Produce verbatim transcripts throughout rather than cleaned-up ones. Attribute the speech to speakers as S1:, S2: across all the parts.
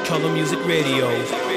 S1: Color Music Radio.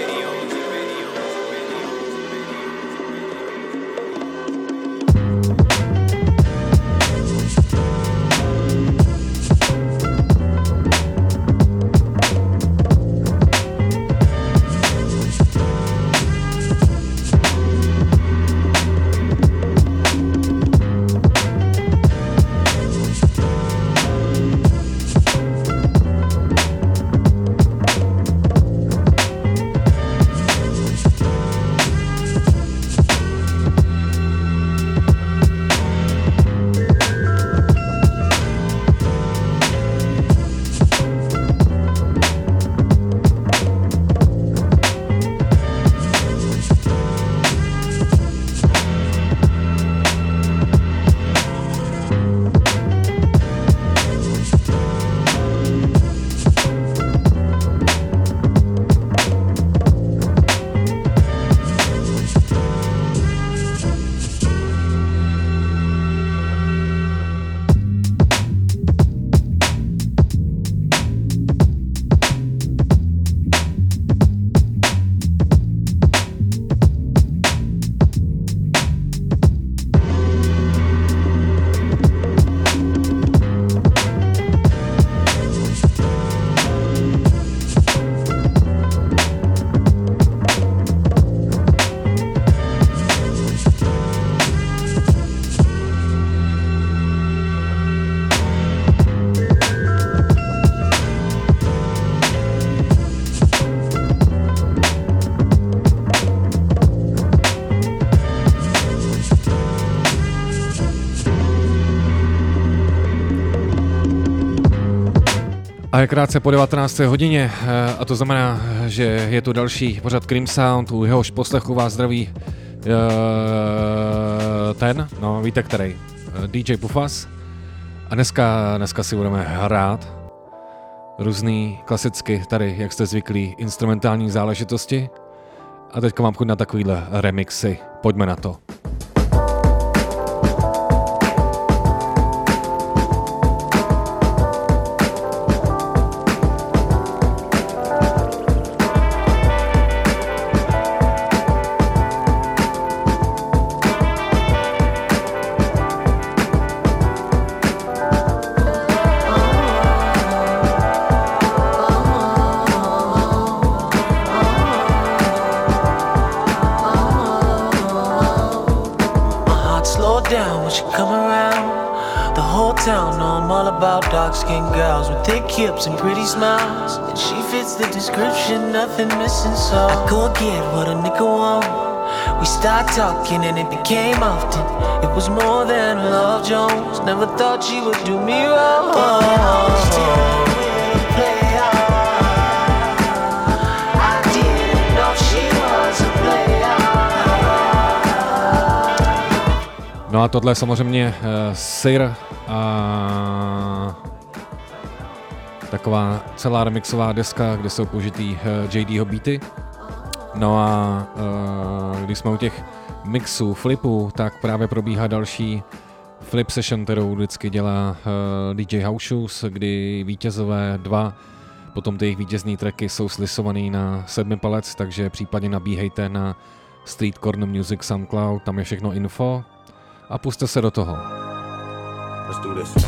S2: A je krátce po devatenácté hodině a to znamená, že je tu další pořad Cream Sound, u jehož poslechu vás zdraví ten, no víte který, D J Pufas. A dneska, dneska si budeme hrát různý klasicky tady, jak jste zvyklí, instrumentální záležitosti. A teďka mám chuť na takovýhle remixy, pojďme na to.
S3: Dark-skinned girls with thick hips and pretty smiles, and she fits the description, nothing missing, so I go get what a nigga want. We start talking and it became often. It was more than love, Jones. Never thought she would do me wrong. I didn't know she was a player.
S2: No a tohle je samozřejmě uh, Sir a taková celá remixová deska, kde jsou použitý uh, J Dho beaty. No a uh, když jsme u těch mixů, flipů, tak právě probíhá další flip session, kterou vždycky dělá uh, D J House Shoes, kdy vítězové dva, potom ty jejich vítězný tracky jsou slisovaný na sedmi palec, takže případně nabíhejte na Street Corner Music SoundCloud, tam je všechno info a puste se do toho.
S4: Let's do this.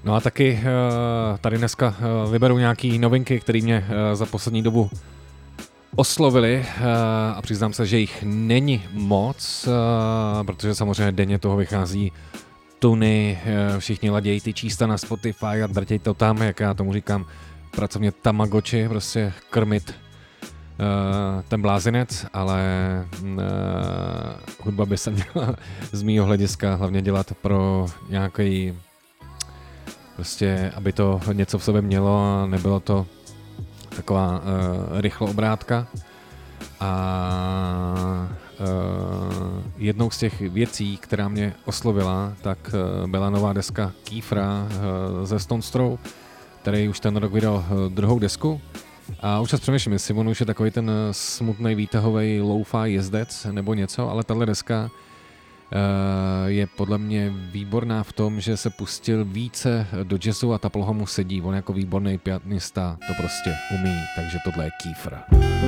S2: No a taky tady dneska vyberu nějaký novinky, které mě za poslední dobu oslovili a přiznám se, že jich není moc, protože samozřejmě denně toho vychází tuny, všichni ladějí ty čísla na Spotify a drtěj to tam, jak já tomu říkám, pracovně tamagotchi, prostě krmit ten blázinec, ale hudba by se měla z mýho hlediska hlavně dělat pro nějaký, prostě, aby to něco v sobě mělo a nebylo to taková uh, rychloobrátka. A uh, jednou z těch věcí, která mě oslovila, tak uh, byla nová deska Kiefera uh, ze Stones Throw, který už ten rok vydal uh, druhou desku. A už čas přemýšlím, jestli on už je takový ten smutný výtahový lo-fi jezdec nebo něco, ale tahle deska je podle mě výborná v tom, že se pustil více do jazzu a ta poloha mu sedí. On jako výborný pianista to prostě umí, takže tohle je Kiefer.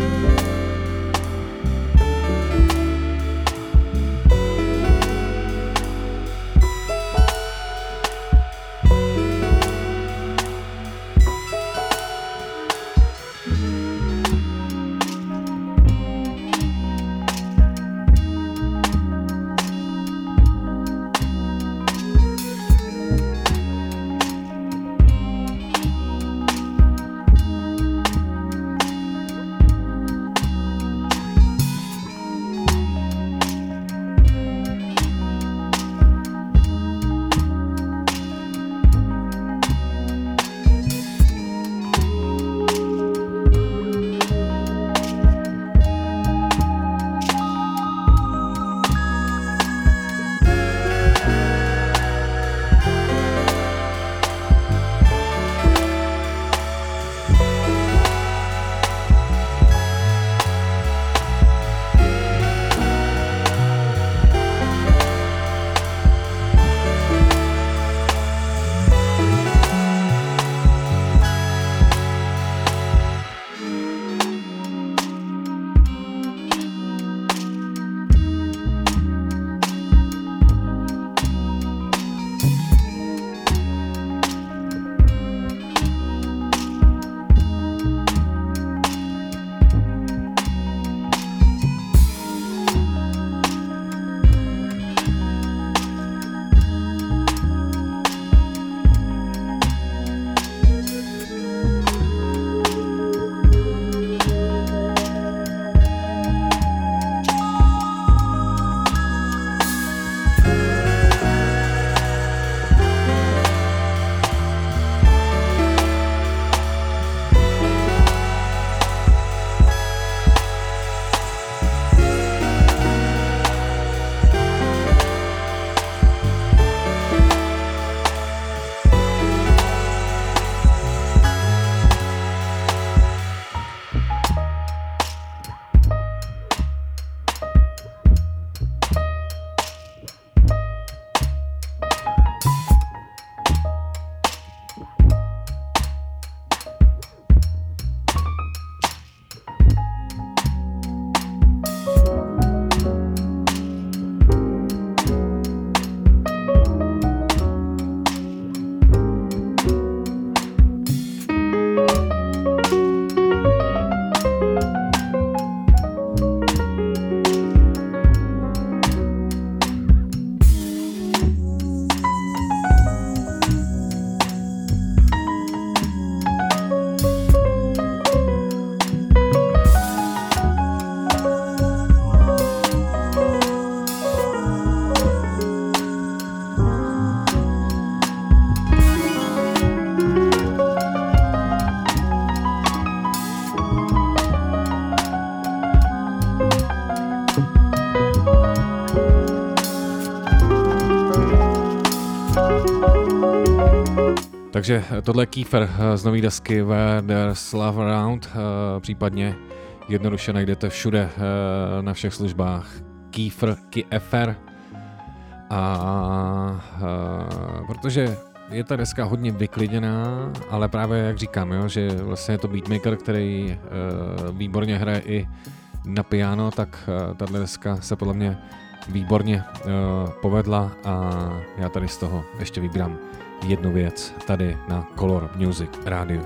S2: Takže tohle je Kiefer z nový desky Where There's Love Around, případně jednoduše najdete všude na všech službách Kiefer, Kiefer. A, a protože je ta deska hodně vykliděná, ale právě jak říkám, jo, že vlastně je to beatmaker, který uh, výborně hraje i na piano, tak uh, tato deska se podle mě výborně uh, povedla a já tady z toho ještě vybírám jednu věc tady na Color Music rádiu.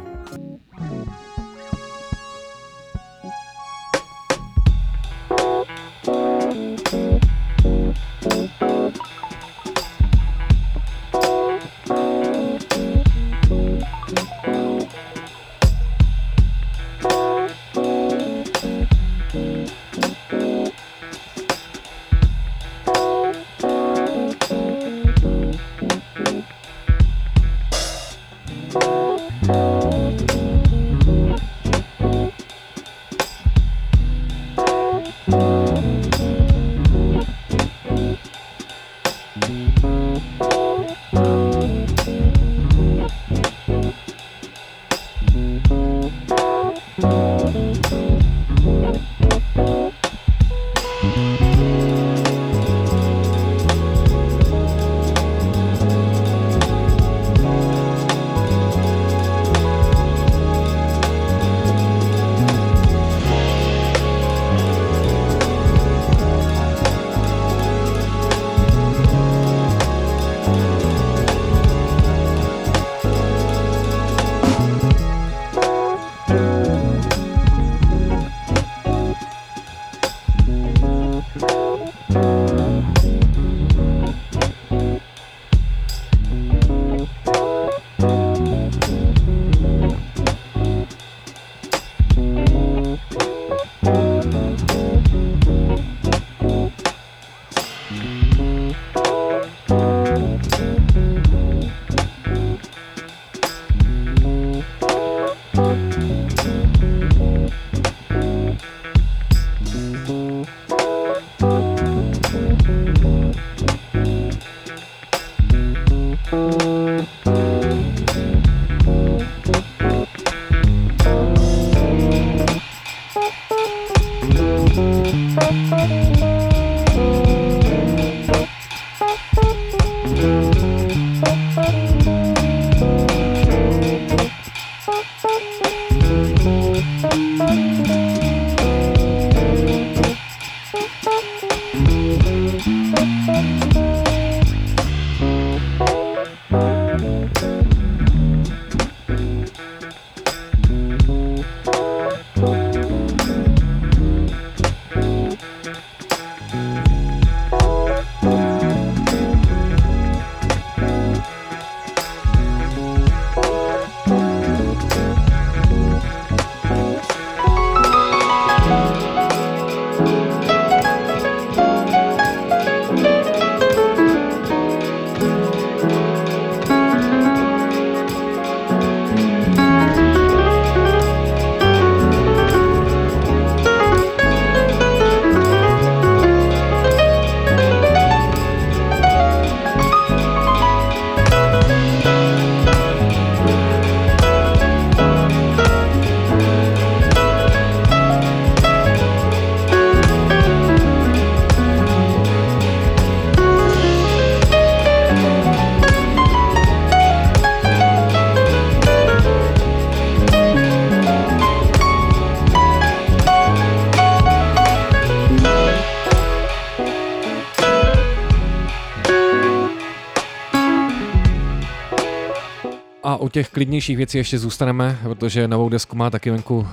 S2: A u těch klidnějších věcí ještě zůstaneme, protože novou desku má taky venku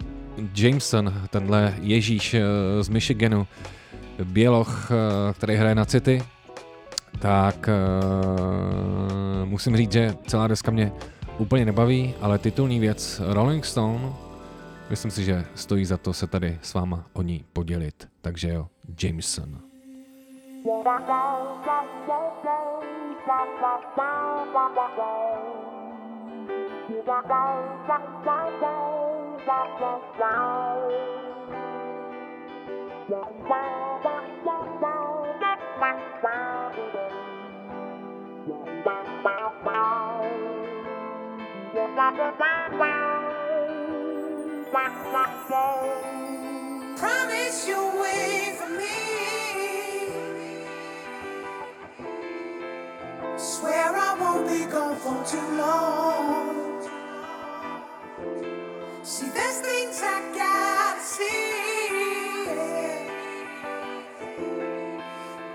S2: Jameson, tenhle Ježíš z Michiganu, běloch, který hraje na City. Tak uh, musím říct, že celá deska mě úplně nebaví, ale titulní věc Rolling Stone, myslím si, že stojí za to se tady s váma o ní podělit. Takže jo, Jameson.
S3: Promise you'll wait for me. Swear I won't be gone for too long. See, there's things I gotta see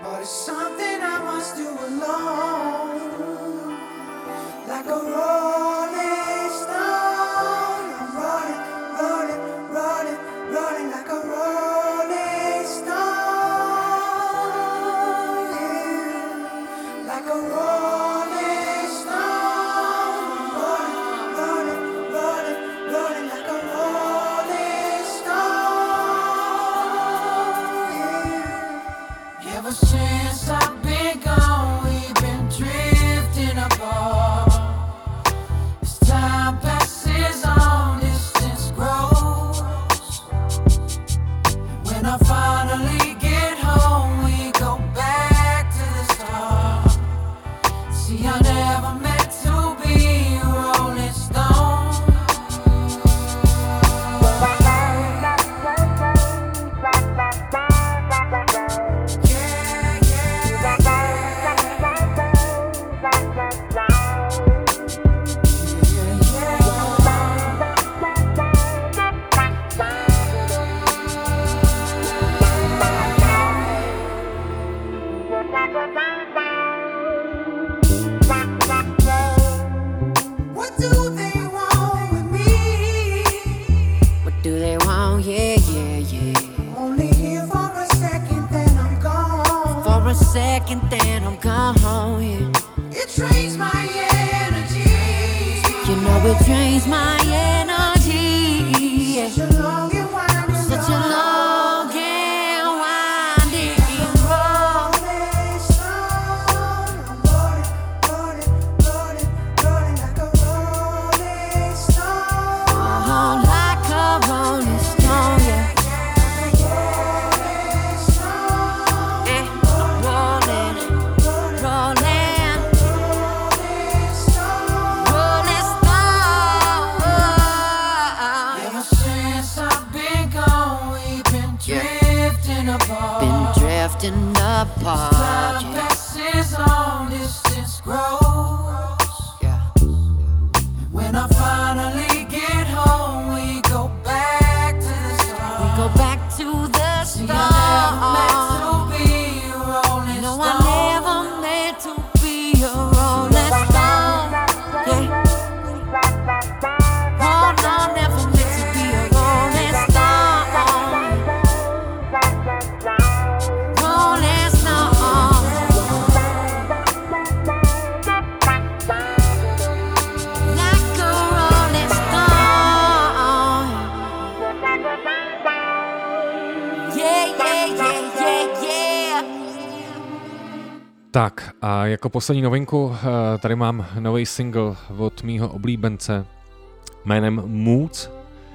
S2: Tak a jako poslední novinku tady mám nový single od mýho oblíbence jménem Moods.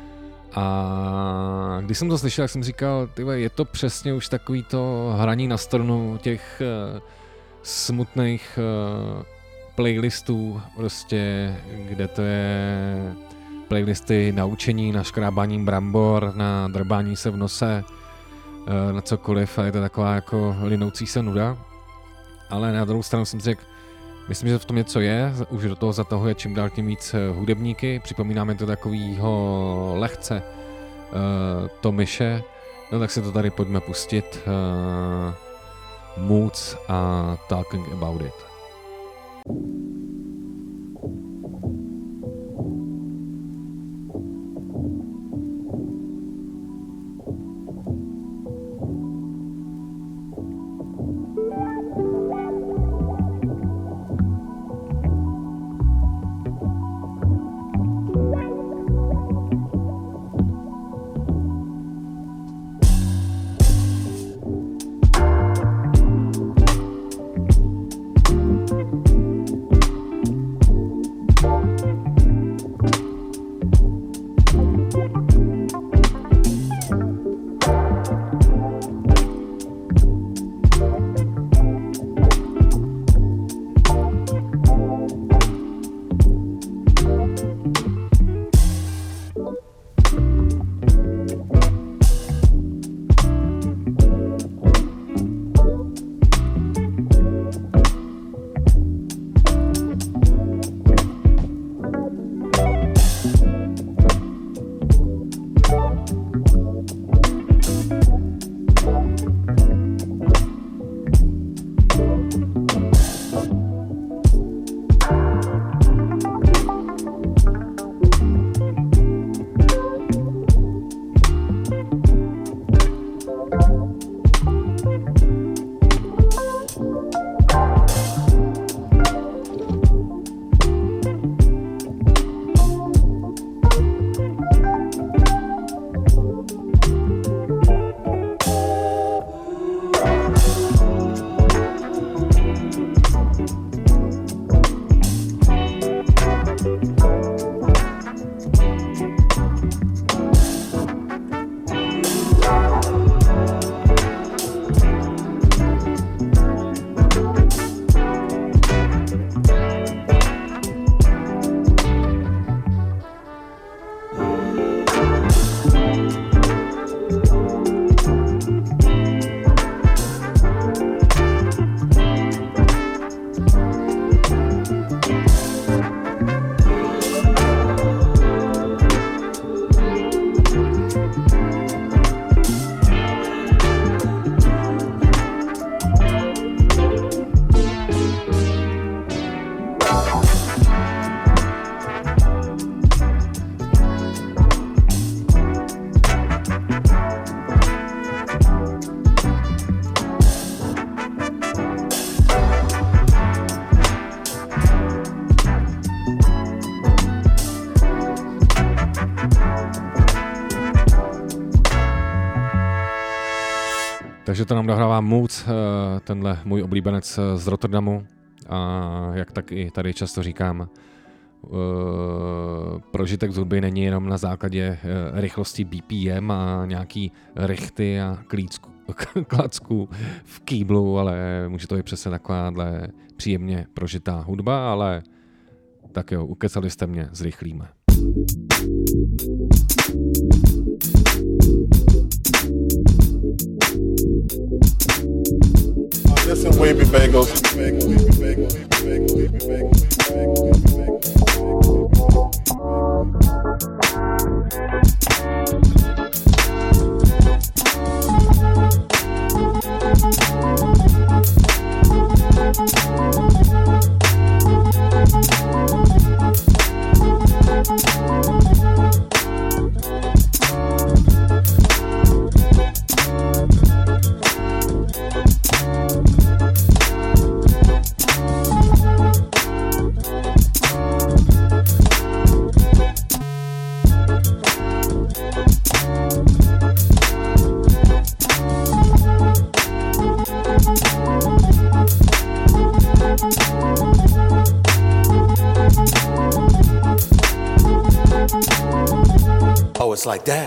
S2: A když jsem to slyšel, tak jsem říkal, tyhle, je to přesně už takový to hraní na strunu těch uh, smutných uh, playlistů, prostě, kde to je playlisty na učení, na škrábání brambor, na drbání se v nose, uh, na cokoliv, a je to taková jako linoucí se nuda. Ale na druhou stranu jsem řekl, myslím, že v tom něco je, už do toho zatahuje čím dál tím víc hudebníky, připomínáme to takovýho lehce uh, Tomiše, no tak se to tady pojďme pustit, uh, Moods a Talking About It. takže to nám dohrává Moods, tenhle můj oblíbenec z Rotterdamu. A jak tak i tady často říkám, prožitek z hudby není jenom na základě rychlosti B P M a nějaký rychty a klícku, klacků v kýblu, ale může to být přesně takováhle příjemně prožitá hudba, ale tak jo, ukecali jste mě, zrychlíme.
S1: Listen, wavy bagels. Wavy bagels. Wavy bagels. Wavy bagels.
S3: It's like that.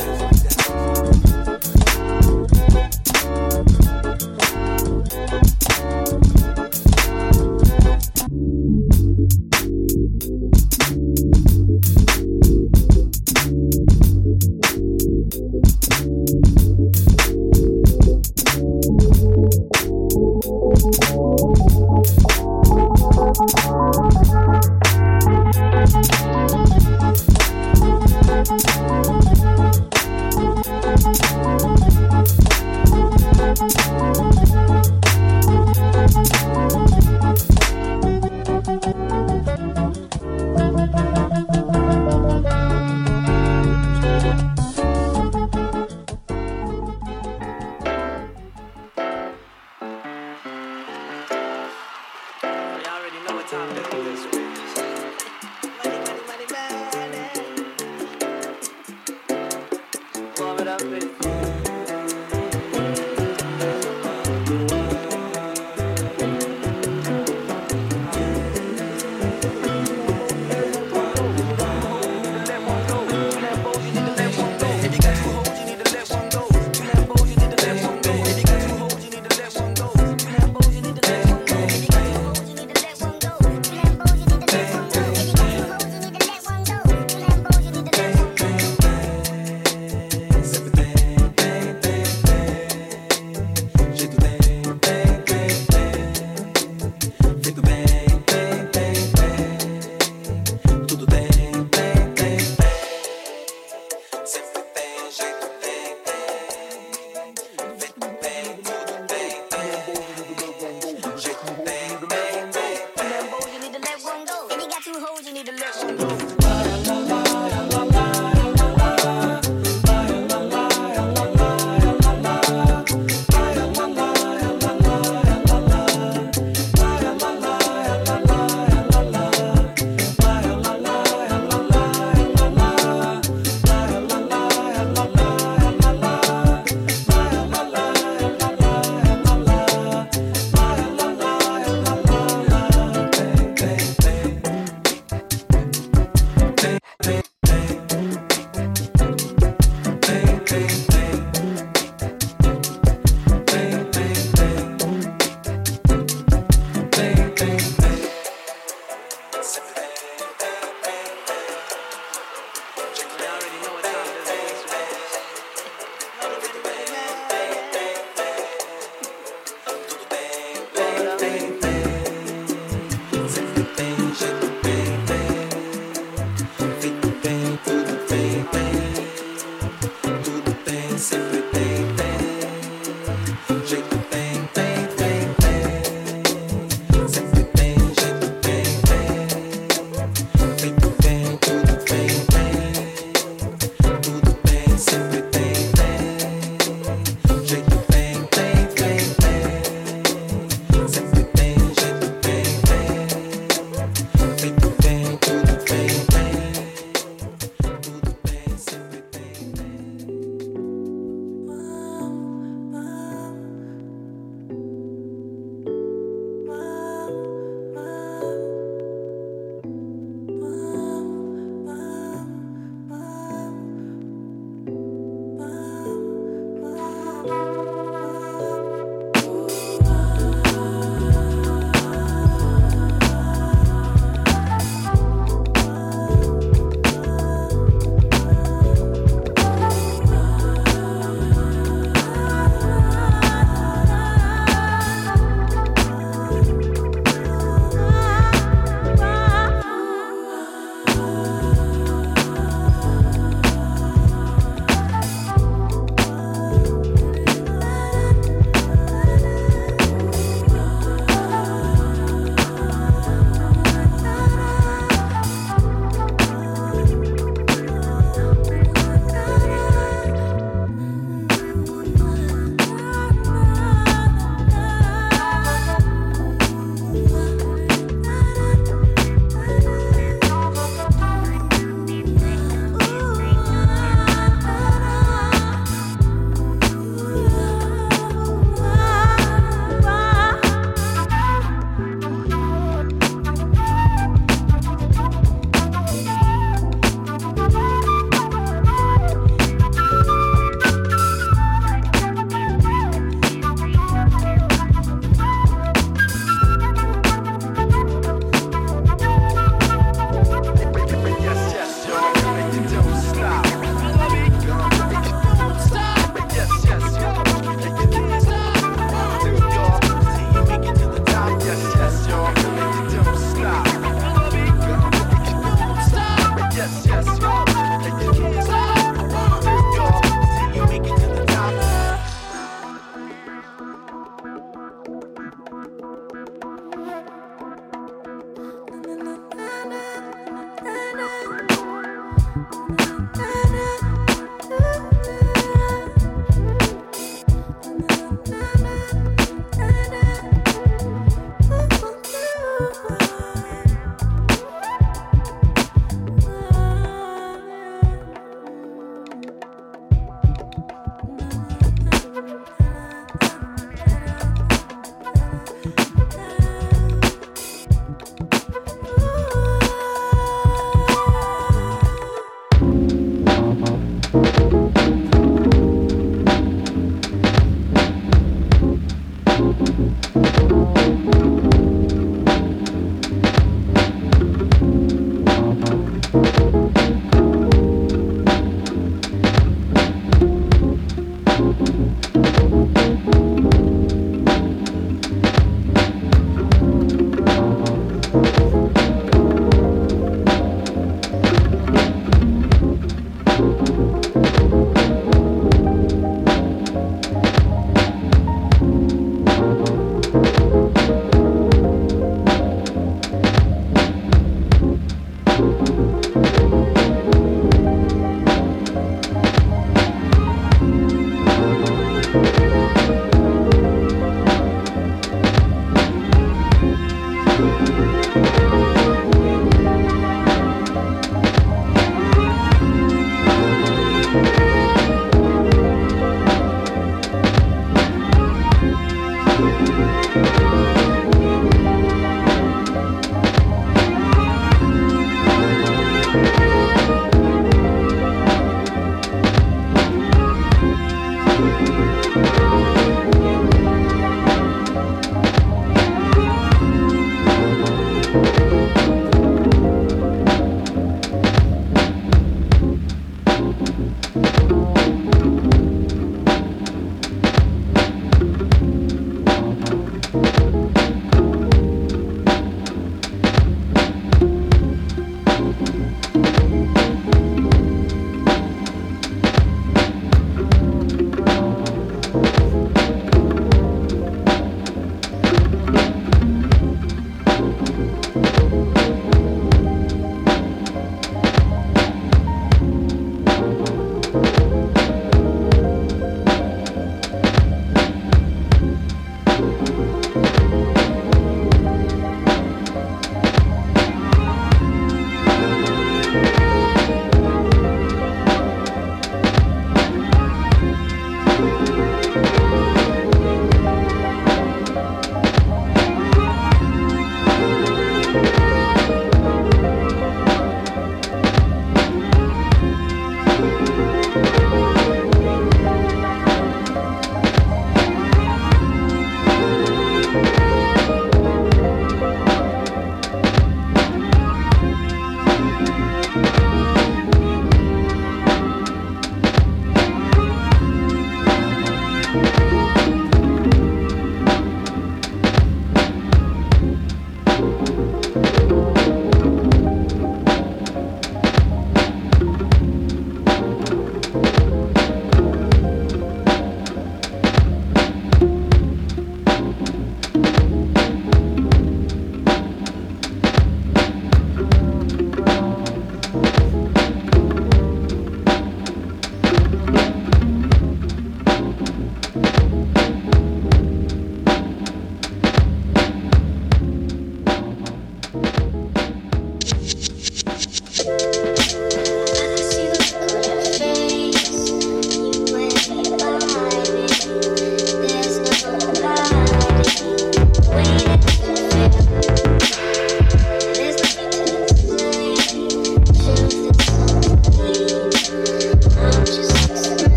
S3: Thank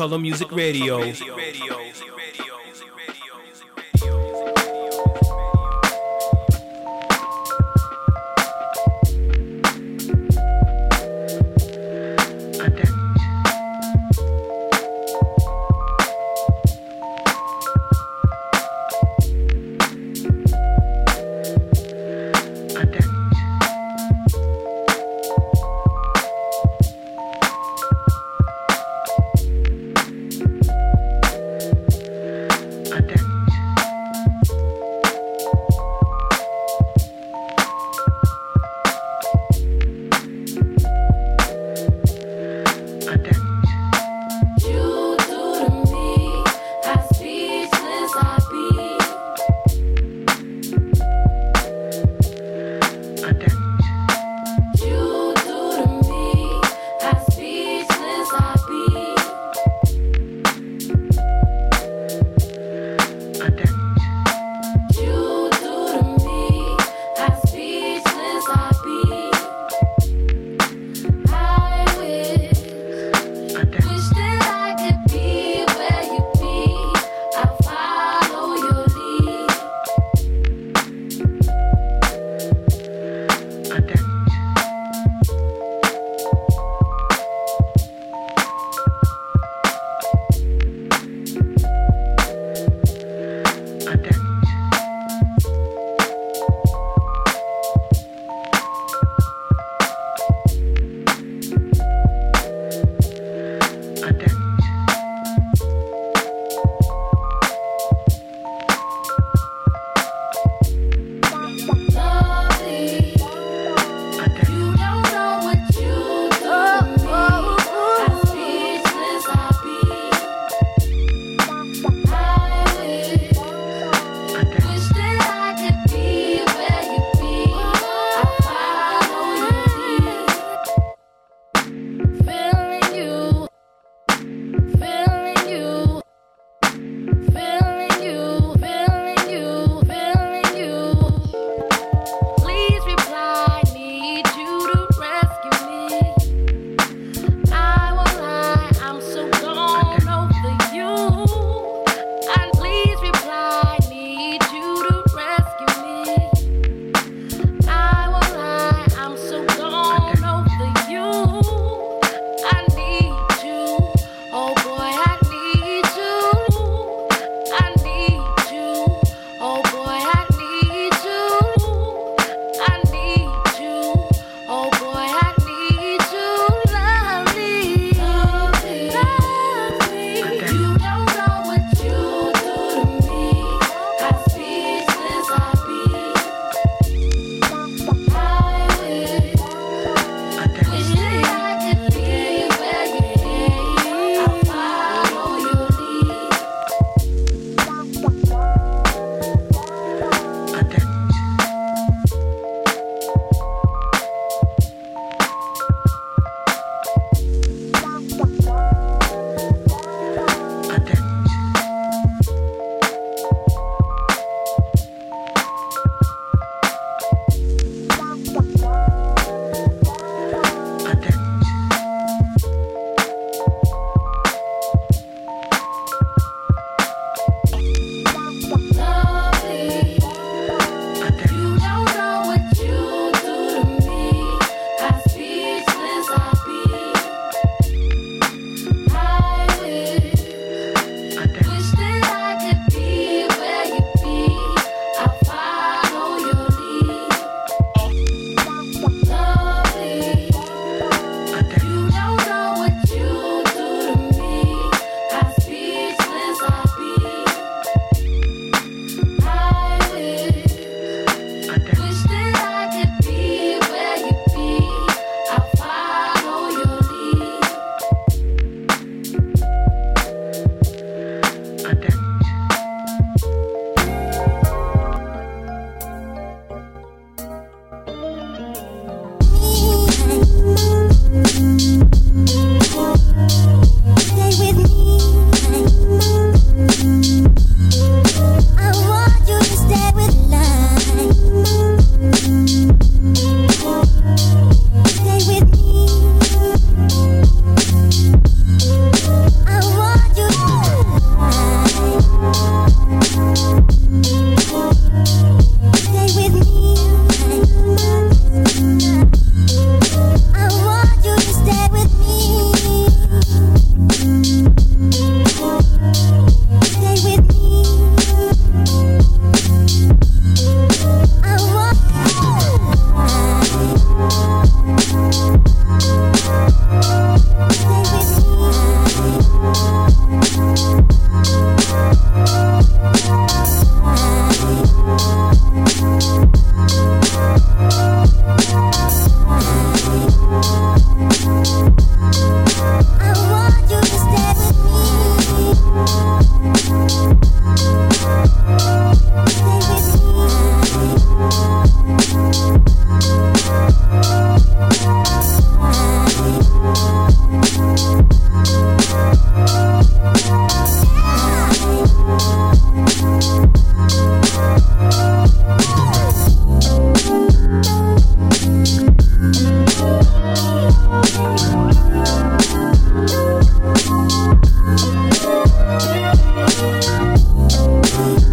S5: Color Music Radio.
S6: Wish that I could be where you be. I'll follow your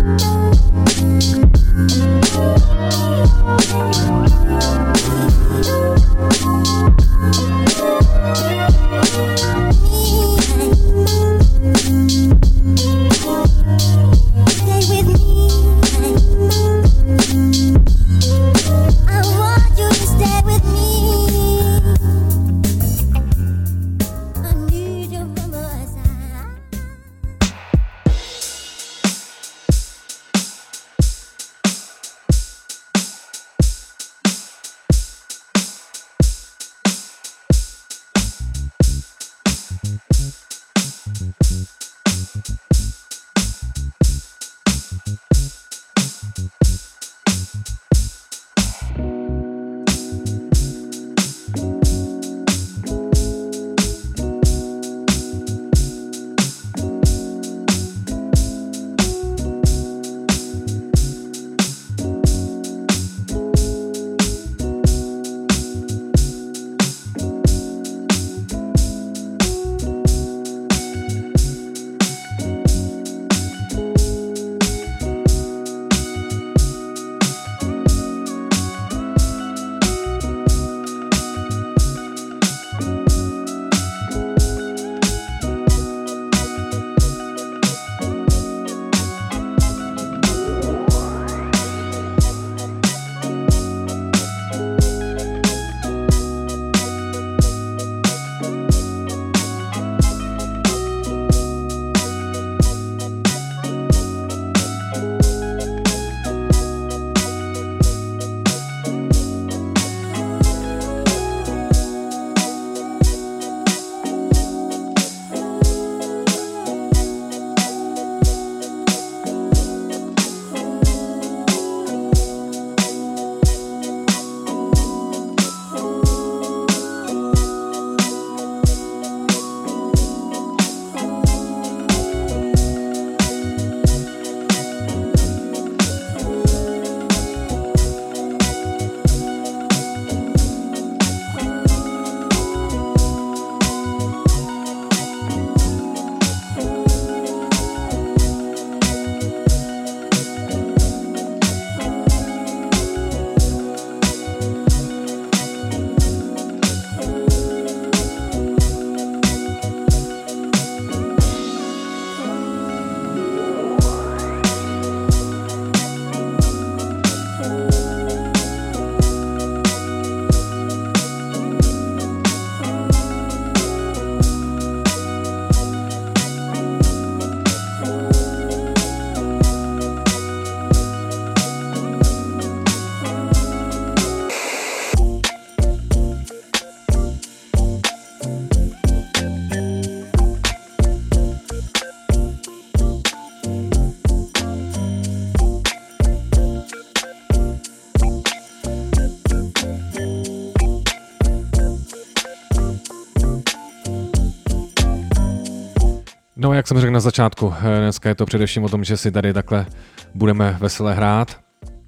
S2: No, jak jsem řekl na začátku, dneska je to především o tom, že si tady takhle budeme veselé hrát.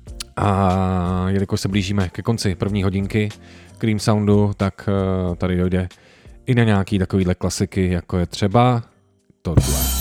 S2: A jelikož se blížíme ke konci první hodinky Cream Soundu, tak tady dojde i na nějaký takovýhle klasiky, jako je třeba tohle.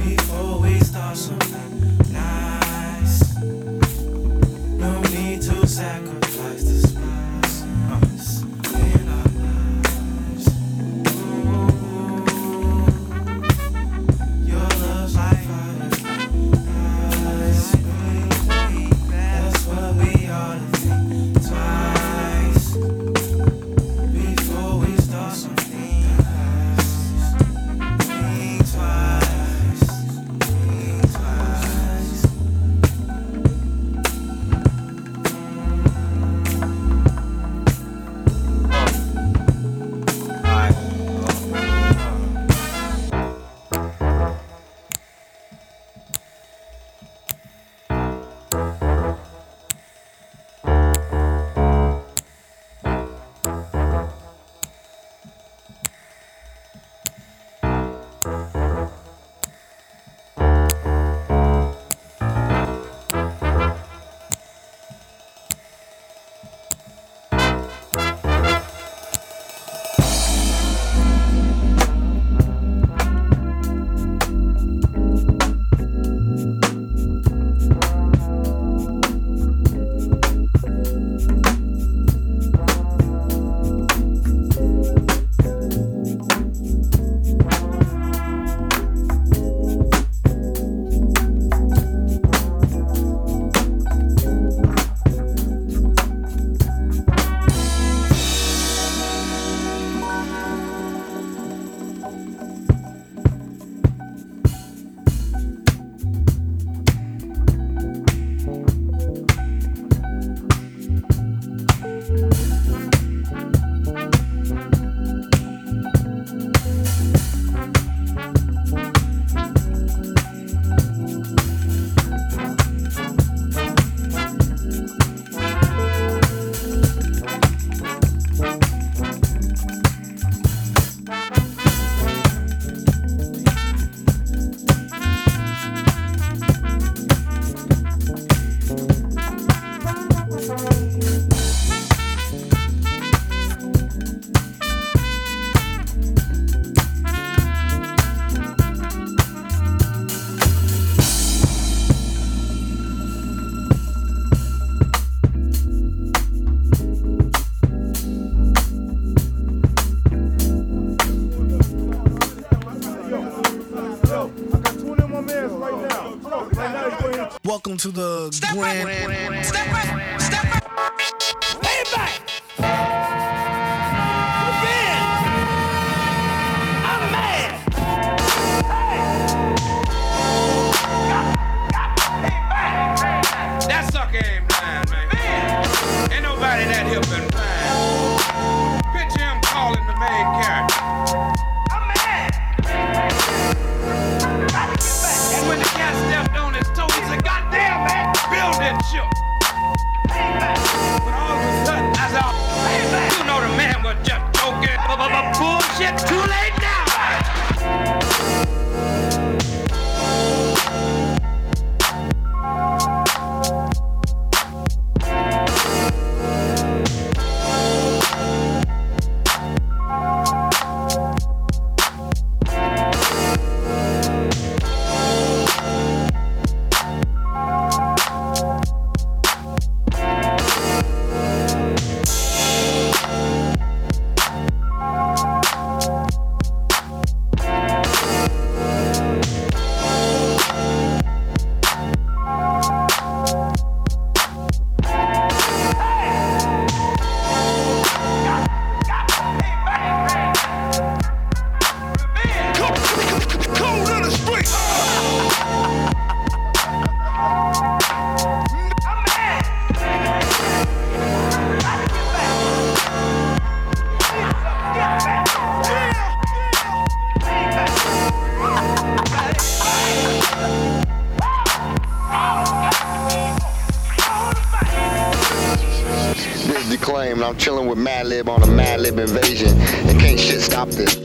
S3: To
S5: welcome to the
S3: Step
S5: grand.
S3: up, step up, step up. Lay it back. Move in. I'm mad. Hey. That sucker ain't blind, man. Man. Ain't nobody that hip and blind. Picture him calling the main character. I'm mad. And when the cat stepped on his toe, he said, "Goddamn, man, building shook." But all of a sudden, I said, "You know the man was just joking. Bullshit, too late now."
S6: I'm chilling with Madlib on a Madlib invasion, and can't shit stop this.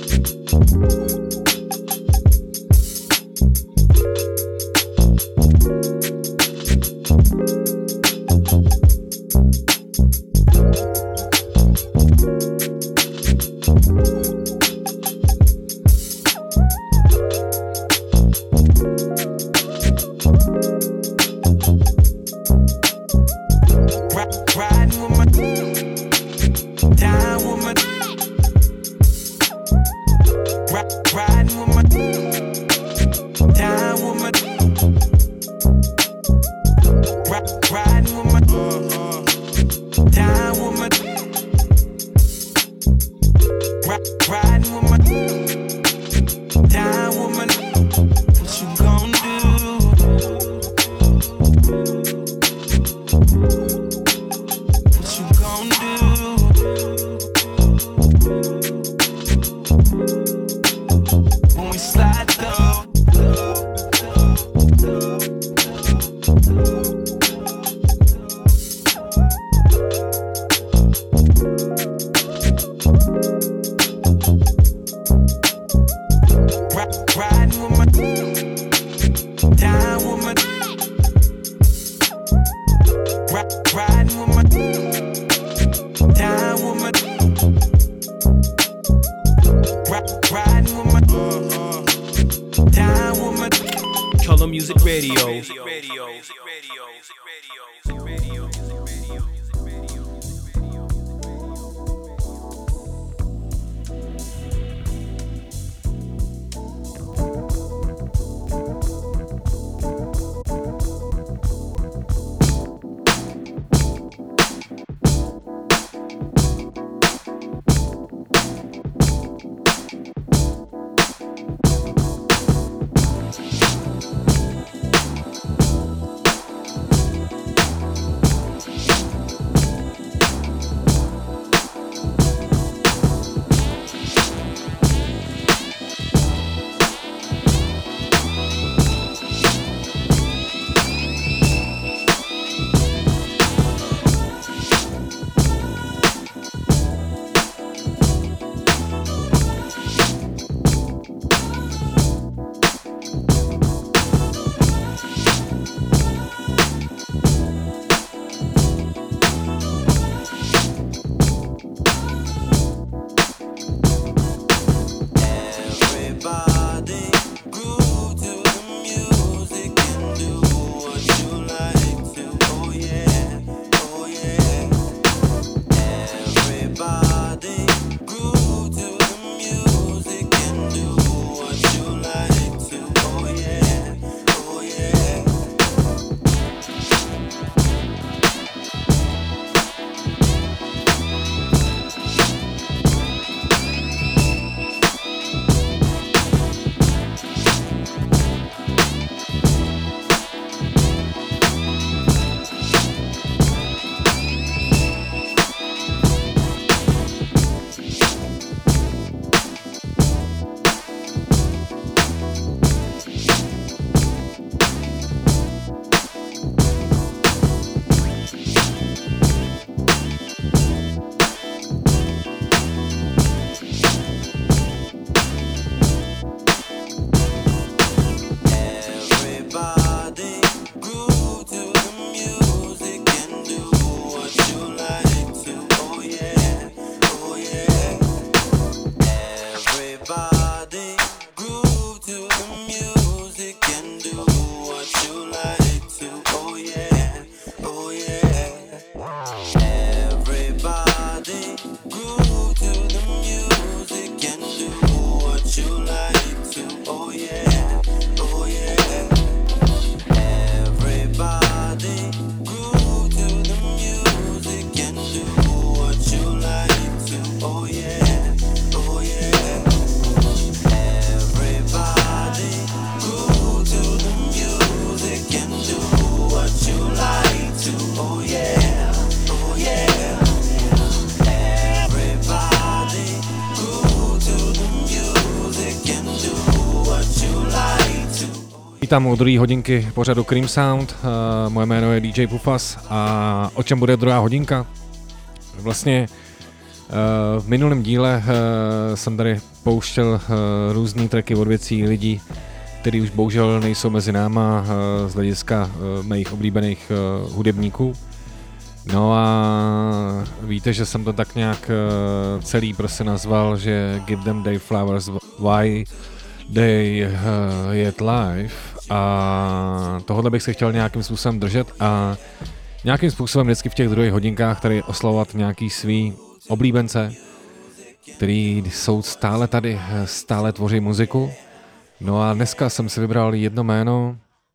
S2: Vítám u druhé hodinky pořadu Cream Sound, uh, moje jméno je D J Pufas a o čem bude druhá hodinka? Vlastně uh, v minulém díle uh, jsem tady pouštěl uh, různý tracky od věcí lidí, který už bohužel nejsou mezi náma uh, z hlediska uh, mých oblíbených uh, hudebníků. No a víte, že jsem to tak nějak uh, celý prostě nazval, že Give Them Their Flowers Why They uh, Yet Live, a tohle bych se chtěl nějakým způsobem držet a nějakým způsobem vždycky v těch druhých hodinkách tady oslavovat nějaký svý oblíbence, který jsou stále tady, stále tvoří muziku. No a dneska jsem si vybral jedno jméno,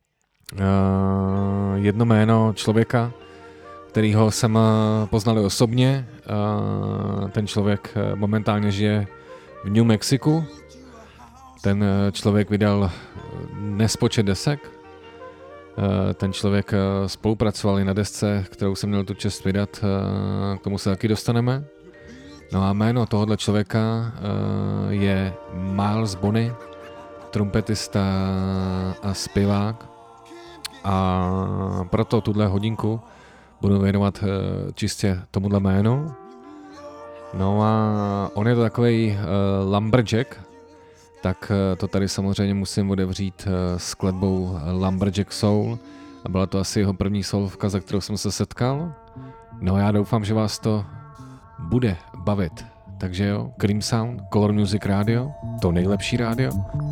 S2: uh, jedno jméno člověka, kterýho jsem poznal osobně. Uh, ten člověk momentálně žije v New Mexiku. Ten člověk vydal nespočet desek. Ten člověk spolupracoval i na desce, kterou jsem měl tu čest vydat, k tomu se taky dostaneme. No a jméno tohohle člověka je Miles Bonny, trumpetista a zpěvák. A proto tuhle hodinku budu věnovat čistě tomuhle jménu. No a on je to takovej lumberjack, tak to tady samozřejmě musím otevřít skladbou Lumberjack Soul. A byla to asi jeho první solovka, za kterou jsem se setkal. No a já doufám, že vás to bude bavit. Takže jo, Cream Sound, Color Music Radio, to nejlepší rádio.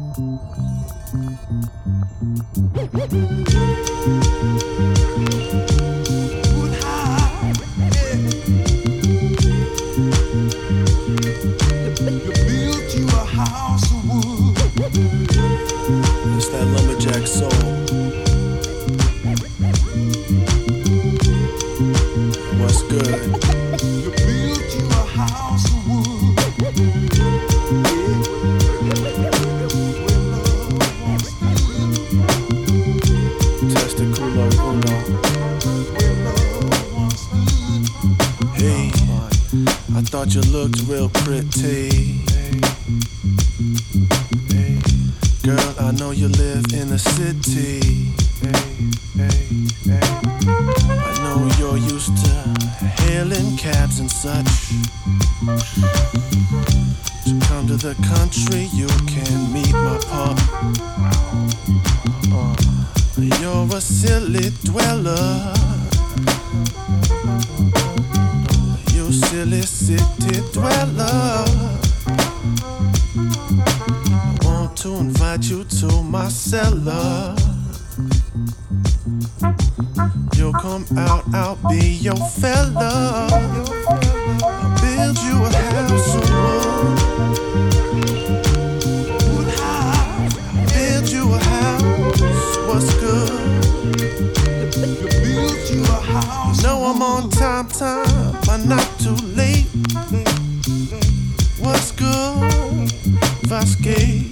S5: It's that lumberjack soul. What's good? You built you a house of wood. Testicular uno. Hey, I thought you looked real pretty. Girl, I know you live in the city. Hey, hey, hey. I know you're used to hailing cabs and such. To come to the country, you can meet my pup. Uh, you're a silly dweller. You silly city dweller. To invite you to my cellar. You'll come out, I'll be your fella. I'll build you a house of wood. I'll build you a house. What's good? Build you a house. You know I'm on time, time, but not too late. What's good? Vasquez.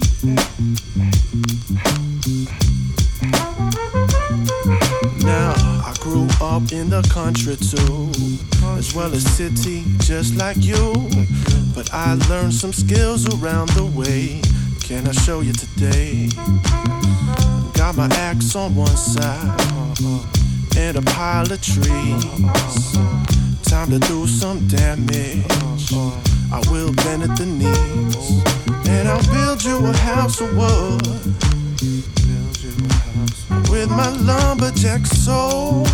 S5: Now I grew up in the country too, as well as city, just like you. But I learned some skills around the way. Can I show you today? Got my axe on one side and a pile of trees. Time to do some damage. I will bend at the knees, and I'll build you a house of wood. With my lumberjack soul.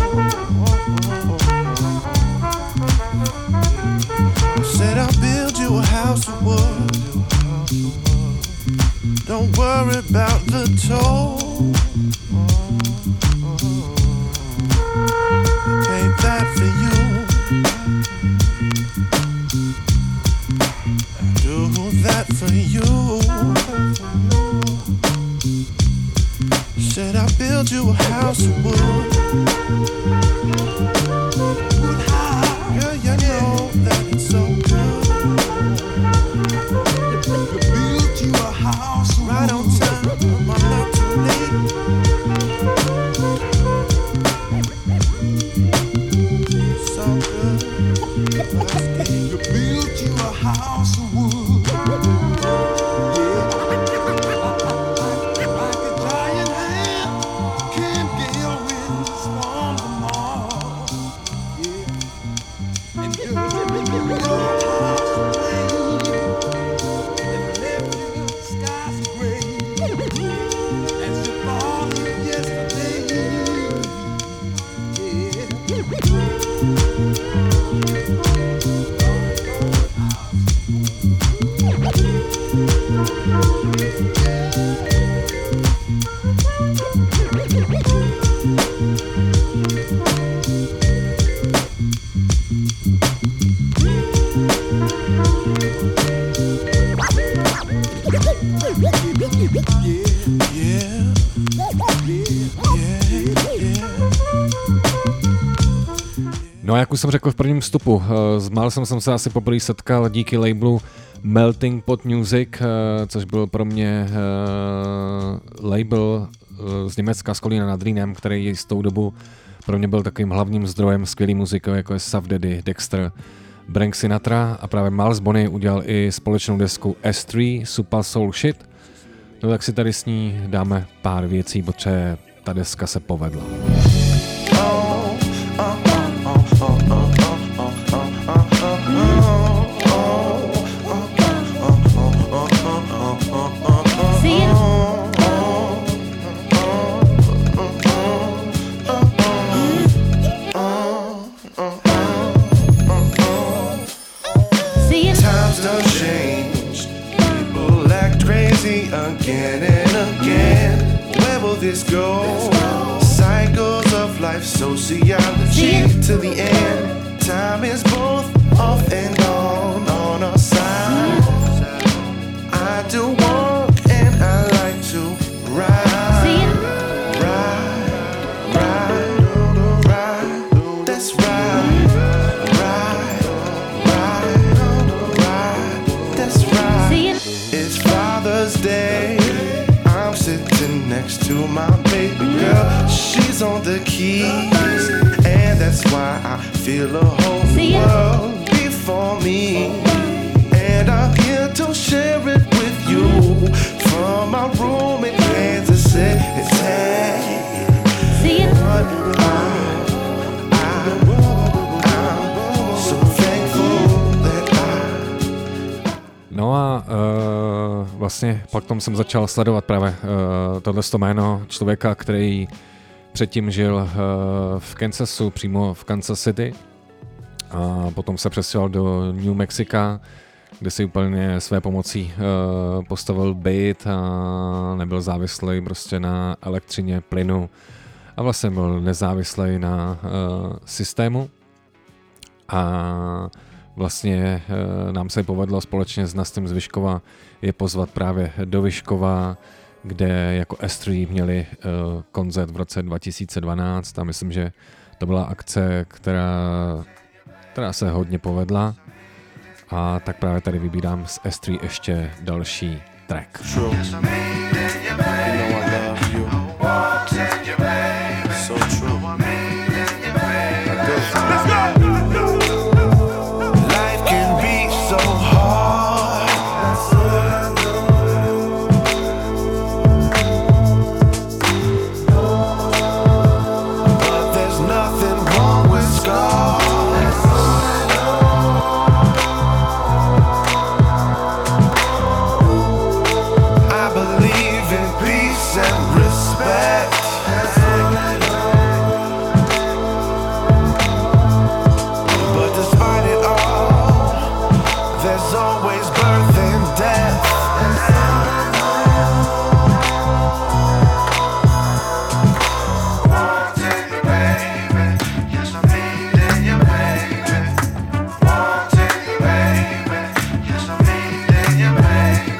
S5: Said I'll build you a house of wood. Don't worry about the toll. Ain't that for you? for you. Should I build you a house of wood? Girl, you know that it's so good. Build you a house right on time. I'm not too late. So good. You build you a house of wood. Yeah. Like a giant hand can't gale winds from the mall. Yeah. And you your house of rain and left you skies of gray as you thought yesterday. Yeah.
S2: No a jak už jsem řekl v prvním vstupu, s Milesem jsem se asi poprvé setkal díky labelu Melting Pot Music, což byl pro mě label z Německa, z Kolína nad Rýnem, který z tou dobu pro mě byl takovým hlavním zdrojem skvělý muziky, jako je Saf Daddy, Dexter, Frank Sinatra, a právě Miles Bonny udělal i společnou desku S tři, Super Soul Shit. No tak si tady s ní dáme pár věcí, protože ta deska se povedla.
S5: Again and again, where will this go? Cycles of life, sociology to the end. Time is both off and on on our side. I do walk and I like to ride, ride, ride, ride. That's right, ride, ride, ride. That's right. It's Father's Day. I'm sitting next to my baby girl. She's on the keys, and that's why I feel a whole world before me. And I'm here to share it with you from my room in Kansas City. What I, I, I'm so thankful that I.
S2: No a uh, vlastně pak tom jsem začal sledovat právě uh, tohleto jméno člověka, který předtím žil uh, v Kansasu, přímo v Kansas City, a potom se přestěhoval do New Mexica, kde si úplně své pomocí uh, postavil byt a nebyl závislý prostě na elektřině, plynu a vlastně byl nezávislý na uh, systému. A vlastně uh, nám se povedlo společně s Nastem z Vyškova je pozvat právě do Vyškova, kde jako S tři měli uh, koncert v roce dva tisíce dvanáct a myslím, že to byla akce, která, která se hodně povedla. A tak právě tady vybírám z S tři ještě další track.
S5: Baby,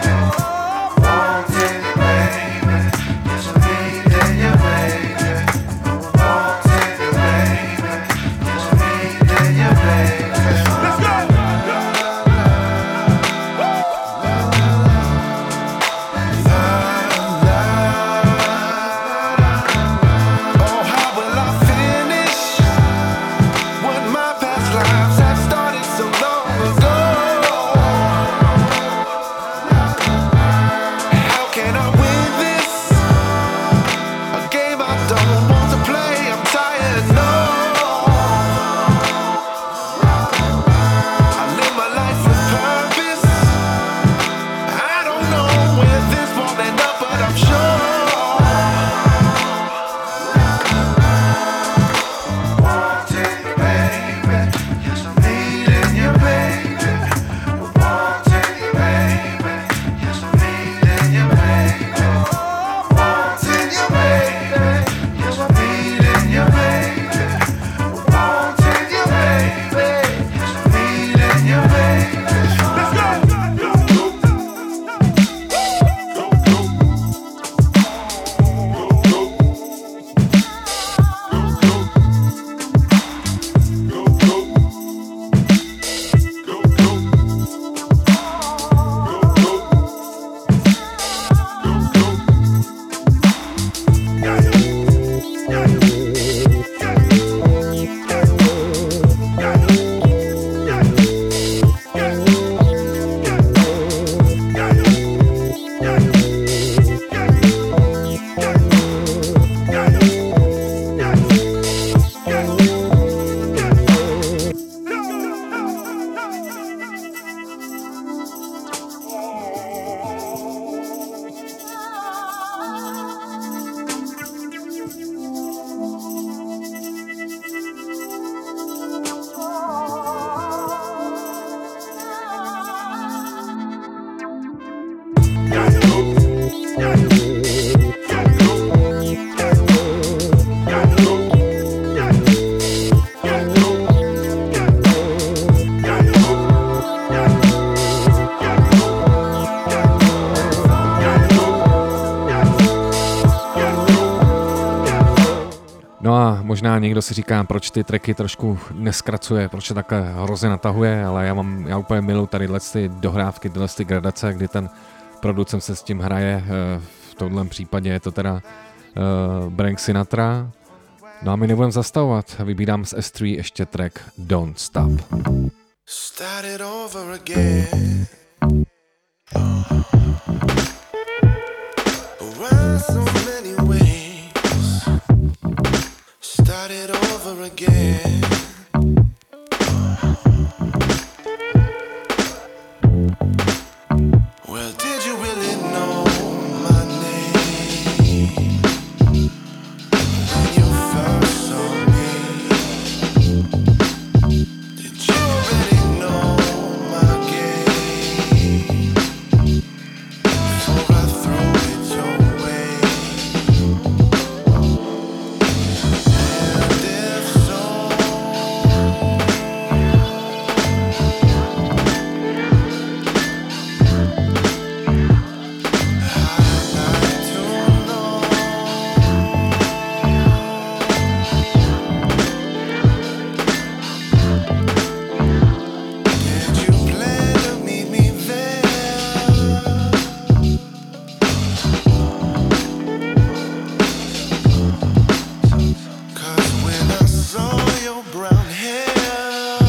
S2: možná někdo si říká, proč ty tracky trošku neskracuje, proč je takhle hrozně natahuje, ale já mám, já úplně miluji tady ty dohrávky, tyhle ty gradace, kdy ten producent se s tím hraje. V tomhle případě je to teda uh, Frank Sinatra. No a my nebudeme zastavovat. Vybírám z S tři ještě track Don't Stop.
S5: Start it over again. Why so many ways? Start it over again. Well, did you really know my name when you first saw me? Did you already know my game before I threw it your way? And if so, I'd like to know, did you plan to meet me there? 'Cause when I saw your brown hair,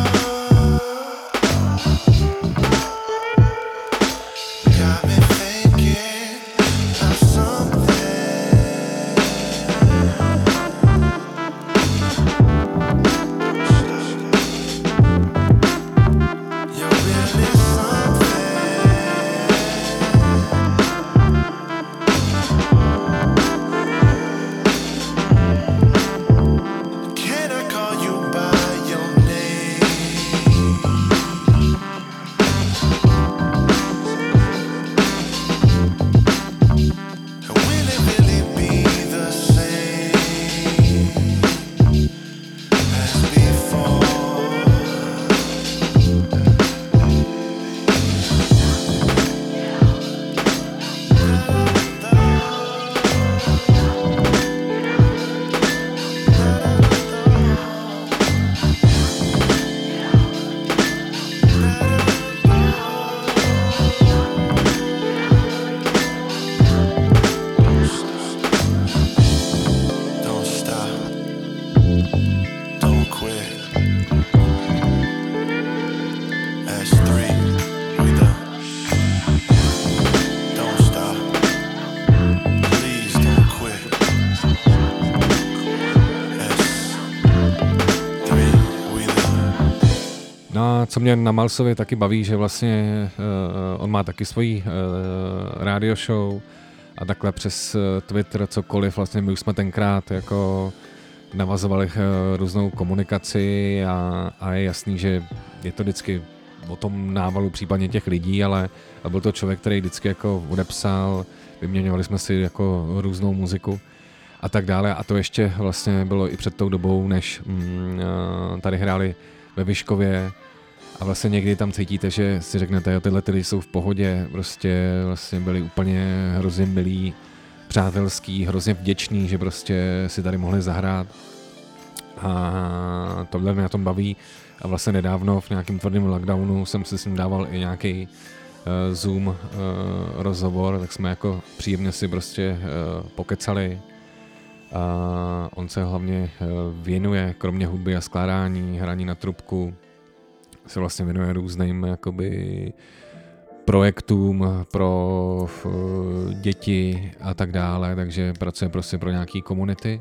S5: got me thinking of something. You're really something. Can I call you by your name? Will it really be the same as before? Don't stop. Don't quit. S three, we done. Don't stop. Please don't quit. S three, we done.
S2: No a co mě na Malsovi taky baví, že vlastně uh, on má taky svoji uh, radio show a takhle přes uh, Twitter cokoliv, vlastně my už jsme tenkrát jako navazovali uh, různou komunikaci a, a je jasný, že je to vždycky o tom návalu případně těch lidí, ale a byl to člověk, který vždycky jako odepsal, vyměňovali jsme si jako různou muziku a tak dále a to ještě vlastně bylo i před tou dobou, než mm, uh, tady hráli ve Vyškově a vlastně někdy tam cítíte, že si řeknete, jo, tyhle ty lidi jsou v pohodě, prostě vlastně byli úplně hrozně milí, přátelský, hrozně vděčný, že prostě si tady mohli zahrát a tohle mě na tom baví a vlastně nedávno v nějakém tvrdém lockdownu jsem si s ním dával i nějaký uh, Zoom uh, rozhovor, tak jsme jako příjemně si prostě uh, pokecali. A on se hlavně věnuje, kromě hudby a skládání, hraní na trubku, se vlastně věnuje různým jakoby projektům pro děti a tak dále, takže pracuje prostě pro nějaký komunity.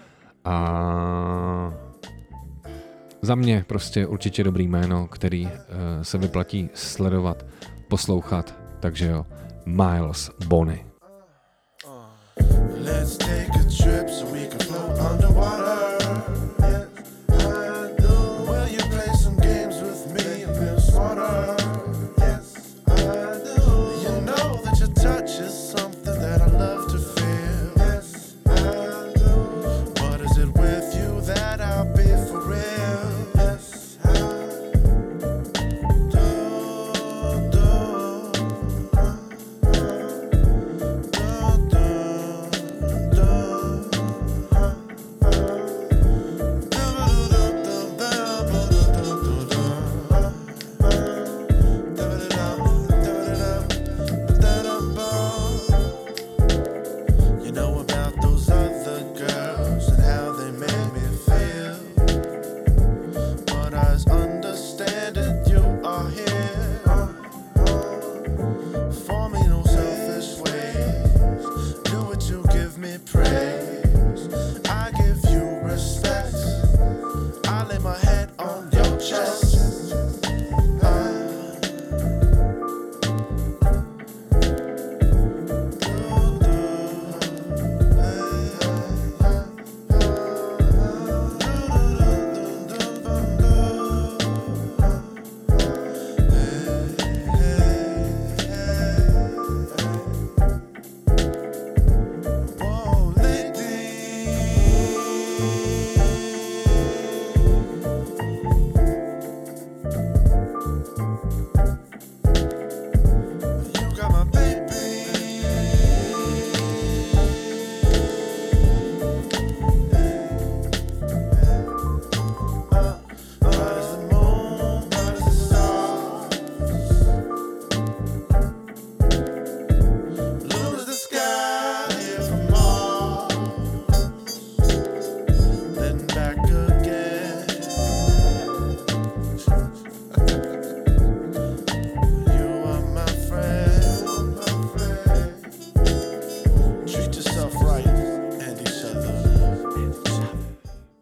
S2: A za mě prostě určitě dobrý jméno, který se vyplatí sledovat, poslouchat, takže jo, Miles Bonny.
S5: Let's take a trip so we can float underwater. Yes, I do. Will you play some games with me and feel smarter? Yes, I do. You know that your touch is something that I love to feel. Yes, I do. What is it with you that I'll be for real? Yes, I do. Do. Do, do.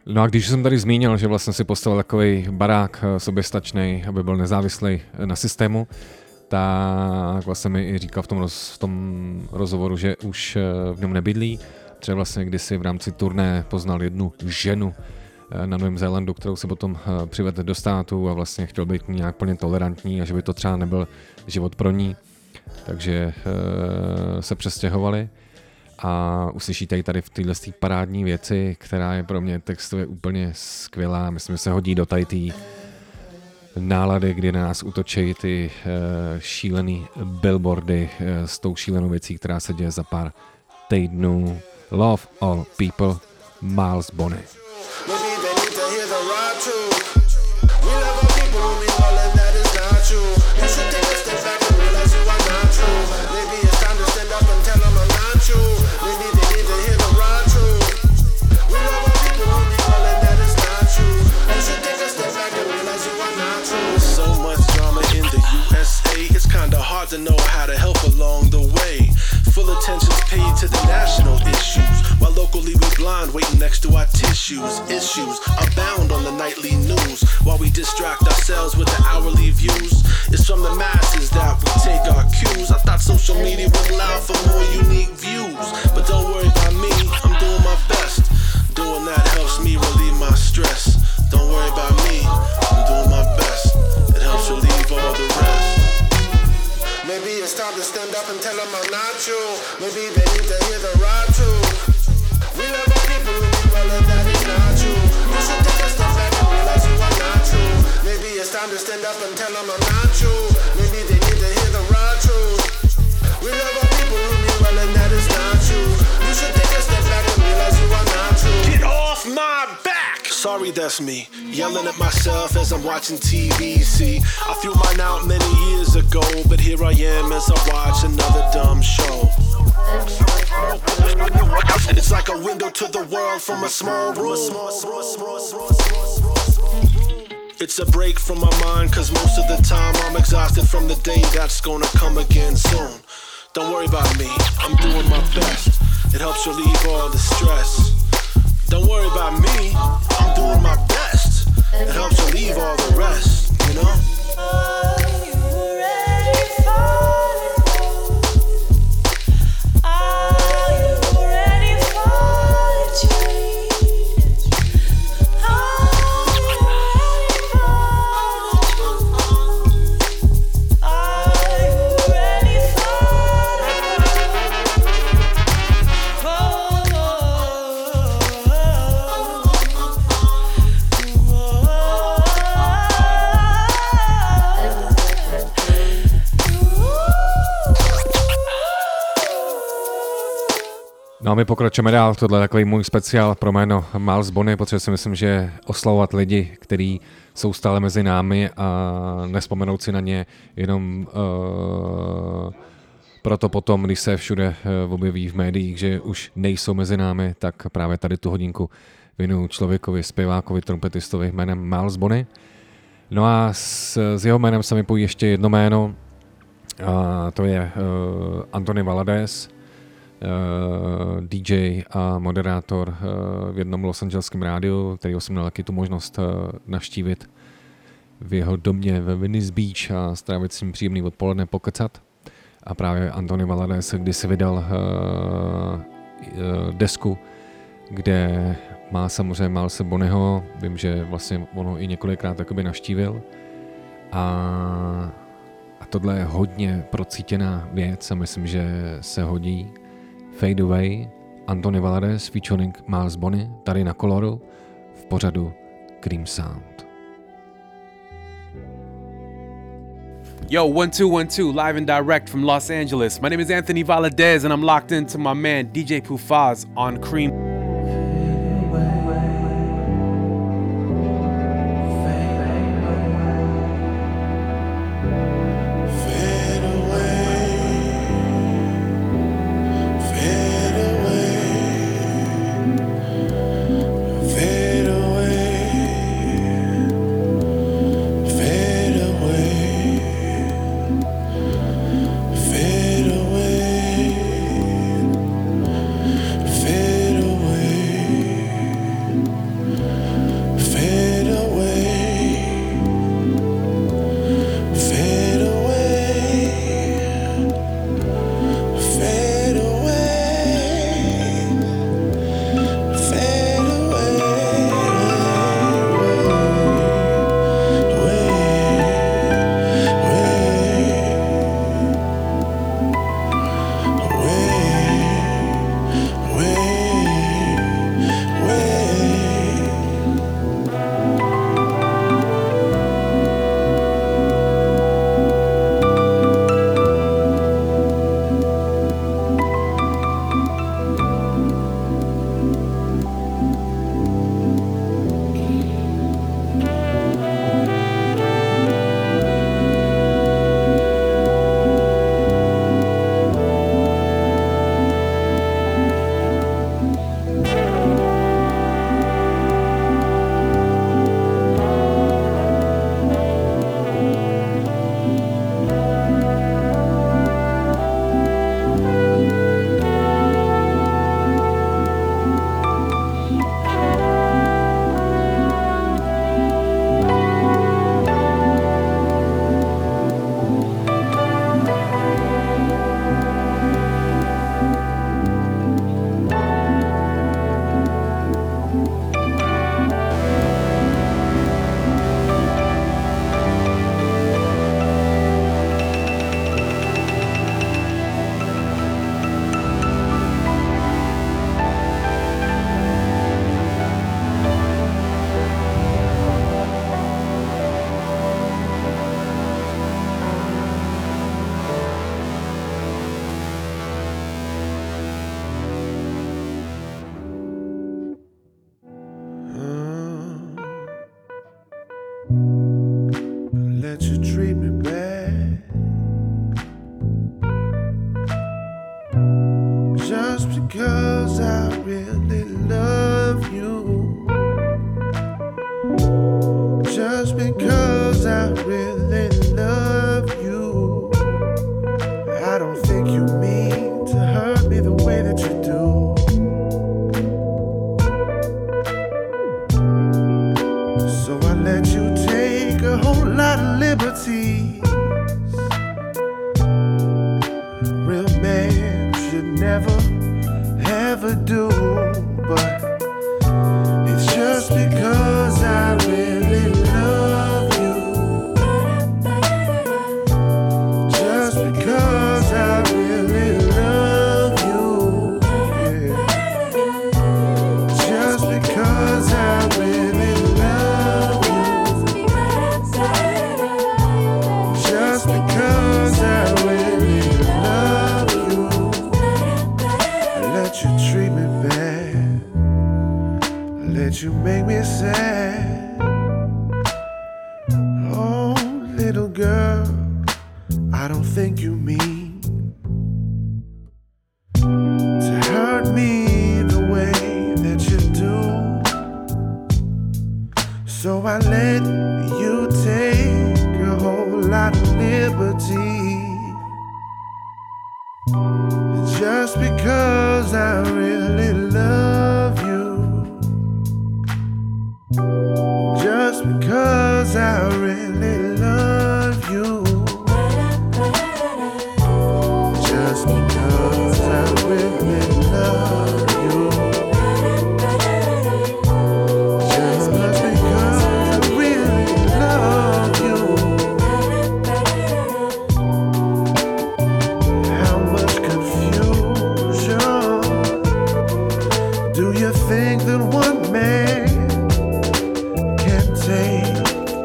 S2: No a když jsem tady zmínil, že vlastně si postavil takový barák soběstačný, aby byl nezávislý na systému, tak vlastně mi i říkal v tom, roz, v tom rozhovoru, že už v něm nebydlí. Třeba vlastně kdysi v rámci turné poznal jednu ženu na Novém Zélandu, kterou se potom přivedl do státu a vlastně chtěl být nějak plně tolerantní a že by to třeba nebyl život pro ní. Takže se přestěhovali a uslyšíte tady v téhle parádní věci, která je pro mě textově úplně skvělá. Myslím, že se hodí do tady té nálady, kdy na nás útočí ty šílený billboardy s tou šílenou věcí, která se děje za pár týdnů. Love all people, Miles Bonny.
S5: To know how to help along the way. Full attention's paid to the national issues, while locally we blind waiting next to our tissues. Issues abound on the nightly news, while we distract ourselves with the hourly views. It's from the masses that we take our cues. I thought social media would allow for more unique views, but don't worry about me, I'm doing my best. Doing that helps me relieve my stress. Don't worry about me, I'm doing my best. It helps relieve all the rest. Maybe it's time to stand up and tell them I'm not you. Maybe they need to hear the right truth. We love our people who mean well and that is not true. You should take a step back and realize you are not true. Maybe it's time to stand up and tell them I'm not you. Maybe they need to hear the right truth. We love our people who mean well and that is not true. You should take a step back and realize you are not true. Get off my back! Sorry, that's me, yelling at myself as I'm watching T V. See, I threw mine out many years ago, but here I am as I watch another dumb show. It's like a window to the world from a small room. It's a break from my mind, cause most of the time I'm exhausted from the day that's gonna come again soon. Don't worry about me, I'm doing my best. It helps relieve all the stress. Don't worry about me, I'm doing my best. It helps relieve all the rest, you know? Are you ready for it? Are you ready for the change? Are you ready for the change? Are you ready for
S2: No a my pokračujeme dál, tohle je takový můj speciál pro jméno Miles Bonny, protože si myslím, že oslavovat lidi, kteří jsou stále mezi námi a nespomenout si na ně jenom uh, proto potom, když se všude uh, objeví v médiích, že už nejsou mezi námi, tak právě tady tu hodinku věnuju člověkovi, zpěvákovi, trumpetistovi jménem Miles Bonny. No a s, s jeho jménem se mi pojí ještě jedno jméno, a to je uh, Anthony Valadez, Uh, D J a moderátor uh, v jednom Los Angeleském rádiu, kterýho jsem měl taky tu možnost uh, navštívit v jeho domě ve Venice Beach a strávit s ním příjemný odpoledne, pokecat. A právě Anthony Valadez kdysi vydal uh, uh, desku, kde má samozřejmě Milese Bonnyho, vím, že vlastně on ho i několikrát takoby navštívil. A, a tohle je hodně procítěná věc a myslím, že se hodí. Fade Away, Anthony Valadez featuring Miles Bonny, tady na Koloru v pořadu Cream Sound.
S7: Yo, one two one two, live and direct from Los Angeles. My name is Anthony Valadez and I'm locked into my man D J Pufaz on Cream.
S5: Fade away. because I really love you. Just because I really love you. I don't think you mean to hurt me the way that you do. So I let you take a whole lot of liberties. Real man should never ever do, but it's just because I really love you. Just because I really love you. Yeah. Just because I really love you. Just because I really love you. I let you treat me bad. I let you make me sad. Oh, little girl, I don't think you mean to hurt me the way that you do. So I let you take a whole lot of liberty. Just because I really love you. Just because I really love you. Just because I really love you. Just because I really love you. How much confusion do you think that one man can take?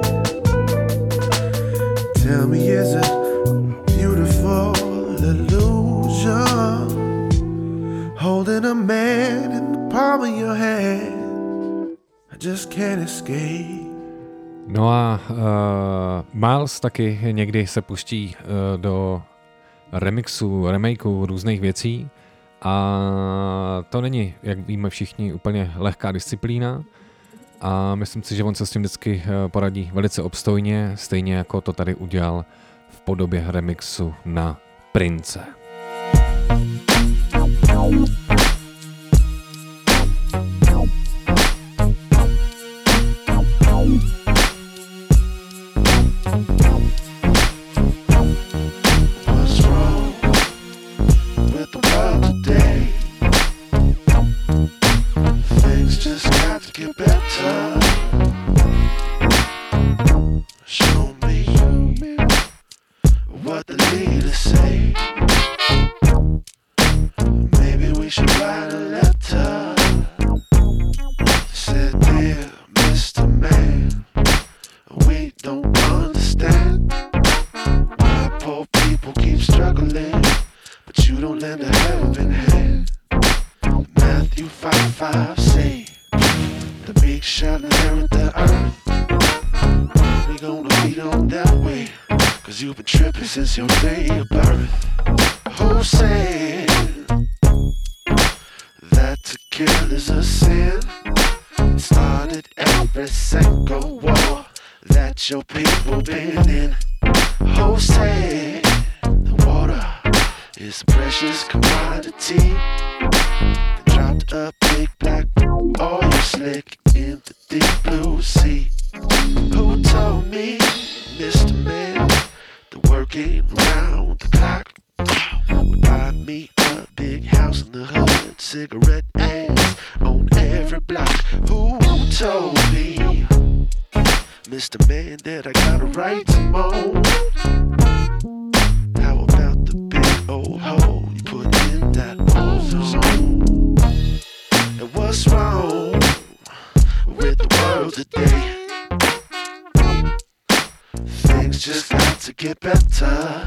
S5: Tell me, is it beautiful illusion? Holding a man in the palm of your hand, I just can't escape.
S2: No a uh, Miles taky někdy se puští uh, do remixu, remakeů různých věcí a to není, jak víme všichni, úplně lehká disciplína a myslím si, že on se s tím vždycky uh, poradí velice obstojně, stejně jako to tady udělal v podobě remixu na Prince.
S5: What's wrong with the world today? Things just got to get better. Show me what the leaders say. Maybe we should write a letter. Said, dear Mister Man, we don't understand why poor people keep struggling, but you don't lend a helping hand. Matthew five five say, the meek shall inherit the earth. We gonna feed on that way, cause you've been tripping since your day of birth. Who said that to kill is a sin? It started every single war that your people been in. Who said the water is a precious commodity? They dropped a big black oil slick in the deep blue sea. Who told me, Mister Man, the work ain't round the clock? Would buy me a big house in the hood, cigarette ads on every block. Who told me, Mister Man, that I got a right to moan? How about the big old hole you put in that ozone? And what's wrong with the world today? Things just got to get better.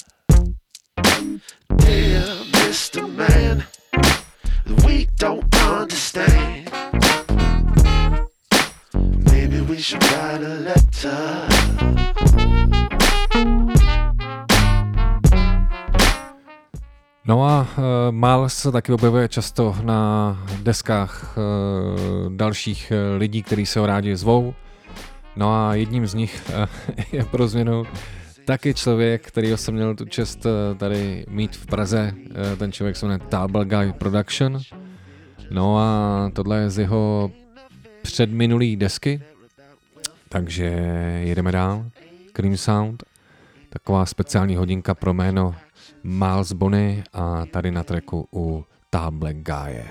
S5: Dear Mister Man, we don't understand. Maybe we should write a letter.
S2: No a uh, Miles se taky objevuje často na deskách uh, dalších uh, lidí, kteří se ho rádi zvou. No a jedním z nich uh, je pro změnu taky člověk, kterýho jsem měl tu čest uh, tady mít v Praze. Uh, ten člověk se jmenuje Table Guy Production. No a tohle je z jeho předminulý desky. Takže jedeme dál. Cream Sound. Taková speciální hodinka pro jméno Miles Bonny a tady na tracku u Table Guye.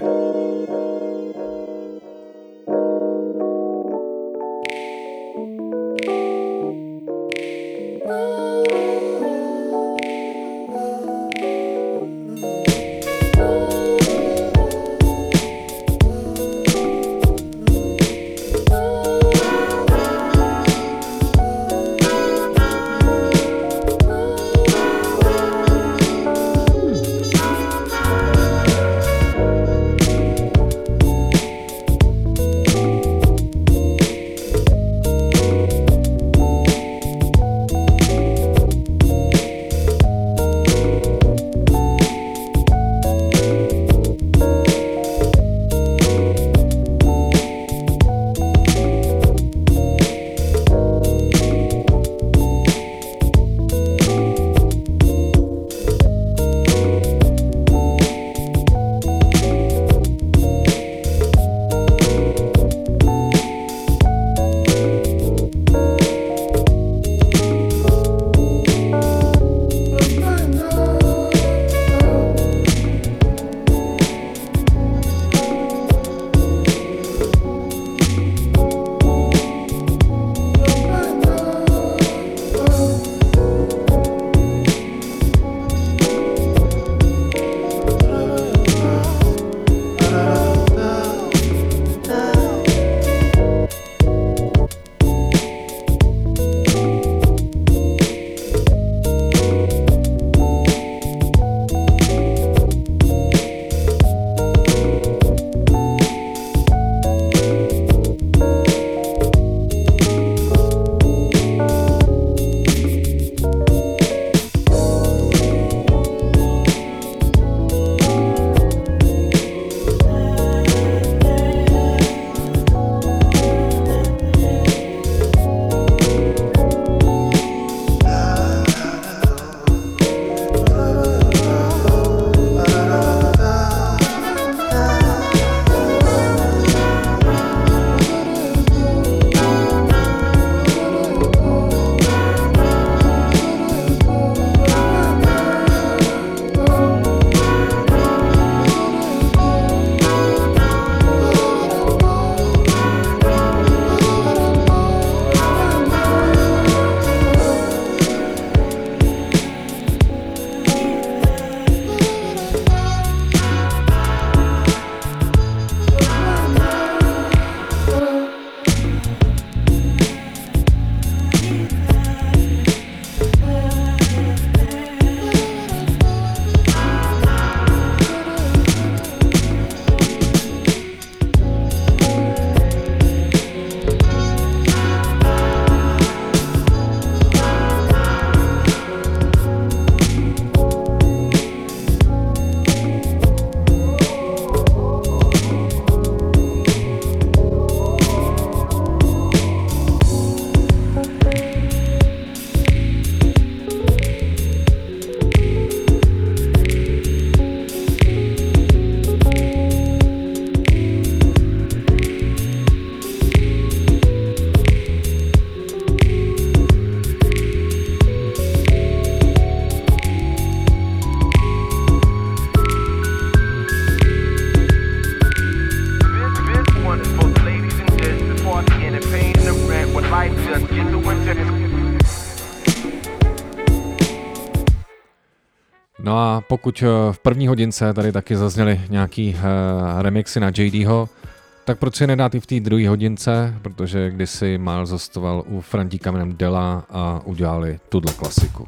S2: No a pokud v první hodince tady taky zazněly nějaký uh, remixy na J Dho, tak proč je nedát i v té druhé hodince, protože kdysi Miles hostoval u Frantíka jménem Della a udělali tuhle klasiku.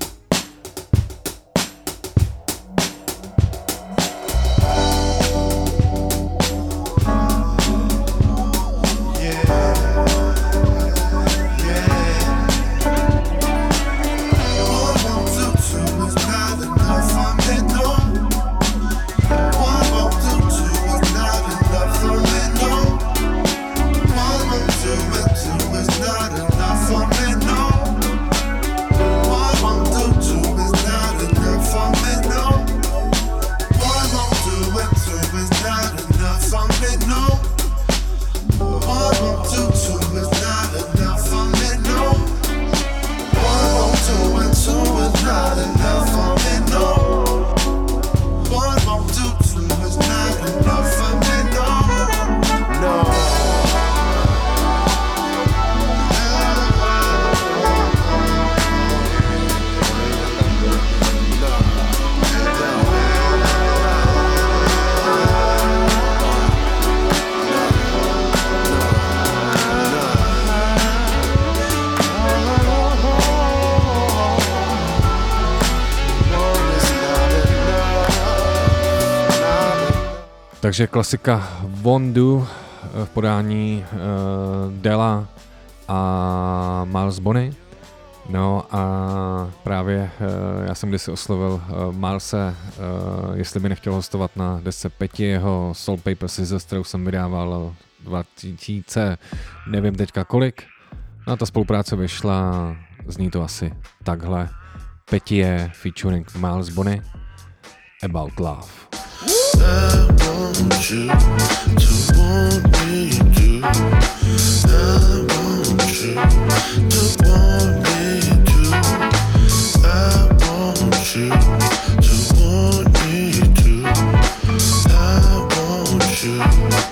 S2: Takže klasika Wondu v podání uh, Dela a Miles Bonny. No a právě uh, já jsem kdysi oslovil uh, Milese, uh, jestli by nechtěl hostovat na desce Peti jeho Soul Paper Scissors, kterou jsem vydával dva tisíce, nevím teďka kolik. No a ta spolupráce vyšla, zní to asi takhle. Peti je featuring Miles Bonny, About Love.
S5: I want you to want me too. I want you to want me too. I want you to want me too. I want you.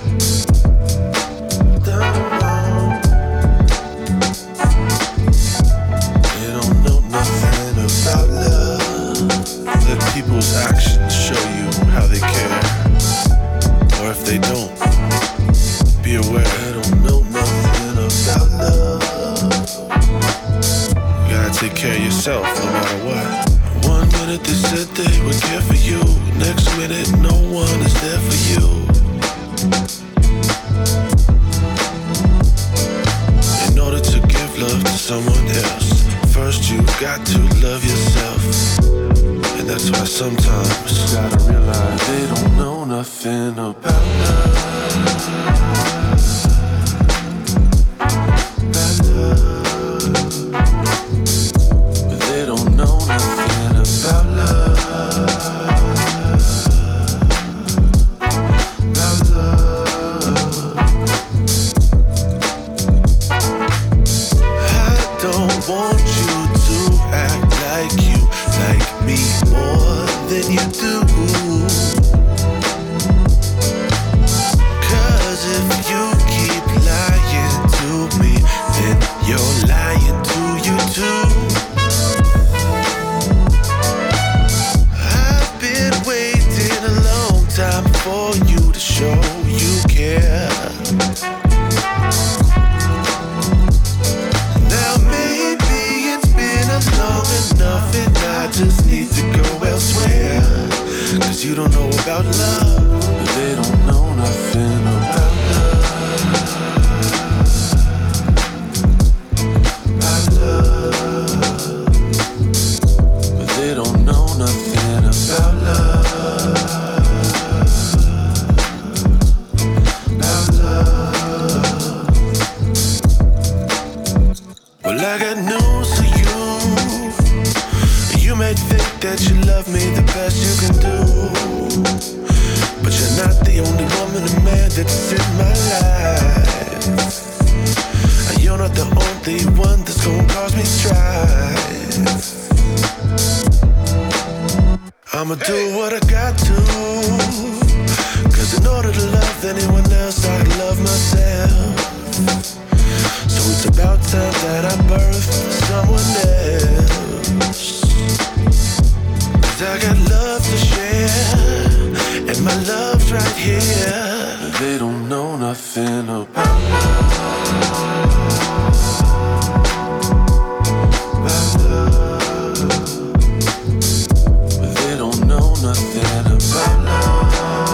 S5: They don't know nothing about love. Let people's actions show you how they care, or if they don't, be aware they don't know nothing about love. You gotta take care of yourself no matter what. One minute they said they would care for you, next minute no one is there for you. In order to give love to someone else, first you got to love yourself. And that's why sometimes you gotta realize they don't know nothing about love. About love. But they don't know nothing about love. About love. I don't want you to act like you like me more than you do. Cause if you keep lying to me, then you're lying to you too. I've been waiting a long time for you to show you care. Now maybe it's been a long enough and I just need to go elsewhere. Cause you don't know about love. They don't know nothing about love. About love. But they don't know nothing about love. About love. Well, I got news for you. You may think that you love me the best you can do, but you're not the only woman or man that's in my life. And you're not the only one that's gonna cause me strife. I'ma do what I got to, cause in order to love anyone else I love myself. So it's about time that I birthed someone else. Cause I got love to share, and my love's right here. They don't know nothing about love. About love. They don't know nothing about love.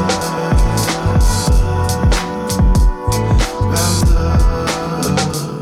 S5: About love.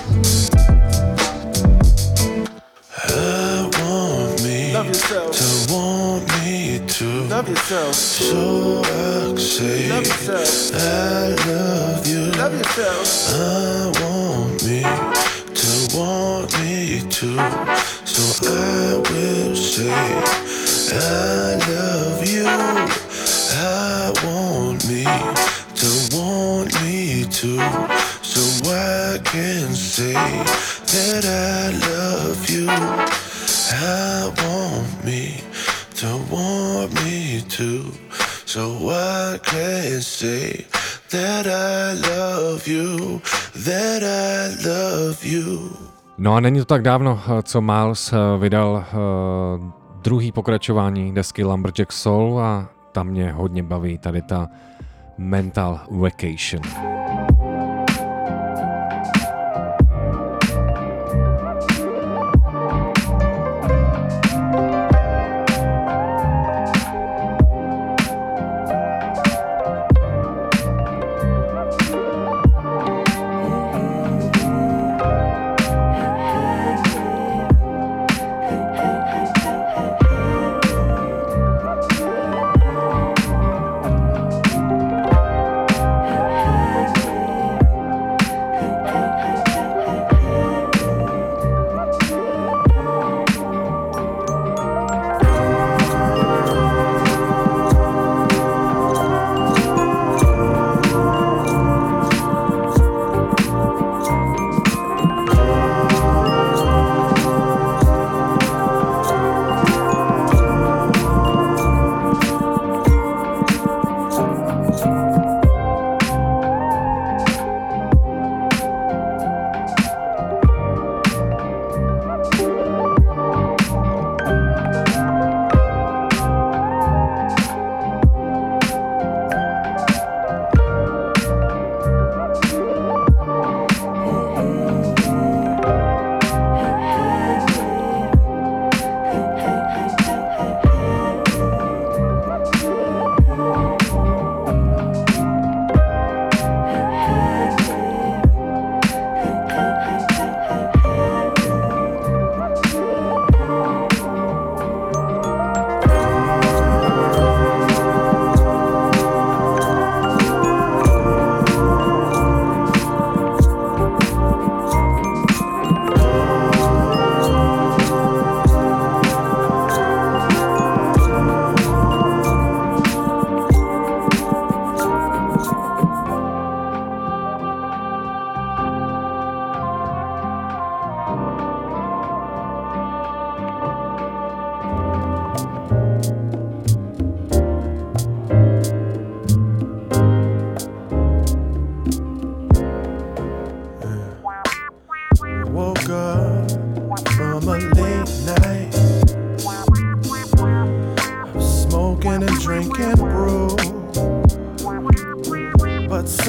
S5: I want me to want me to love yourself. So I say love yourself. I love you. Love yourself. I want me to want me to. So I will say I love you. I want me to want me to. So I can say that I love you. I want me to want me to. So I can say that I love you. That I love you.
S2: No a není to tak dávno, co Miles vydal uh, druhý pokračování desky Lumberjack Soul a tam mě hodně baví tady ta Mental Vacation.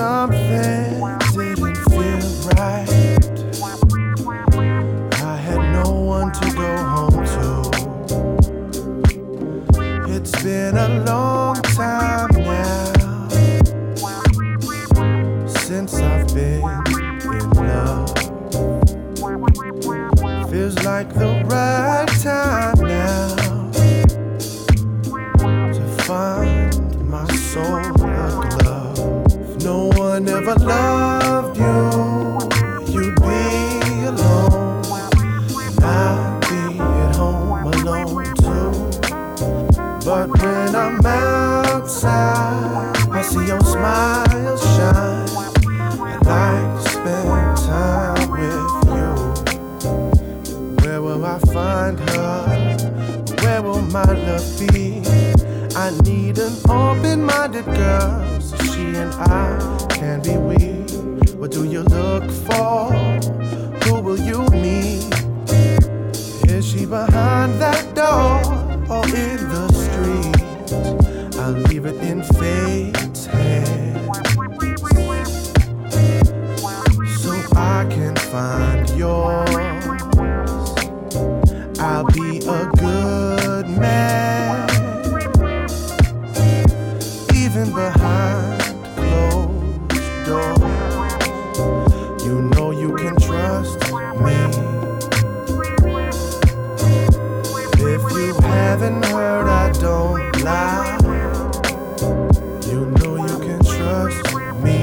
S5: something didn't feel right. I had no one to go home to. It's been a long time now since I've been in love. Feels like the right time now to find my soul a glove. If no one ever loved you, you'd be alone, and I'd be at home alone too. But when I'm outside, I see your smile shine. I like to spend time with you. Where will I find her? Where will my love be? I need an open-minded girl so she and I can be we. What do you look for? Who will you meet? Is she behind that door or in the street? I'll leave it in fate's hands so I can find yours. I'll be a good man, even behind closed doors. You know you can trust me. If you haven't heard, I don't lie. You know you can trust me.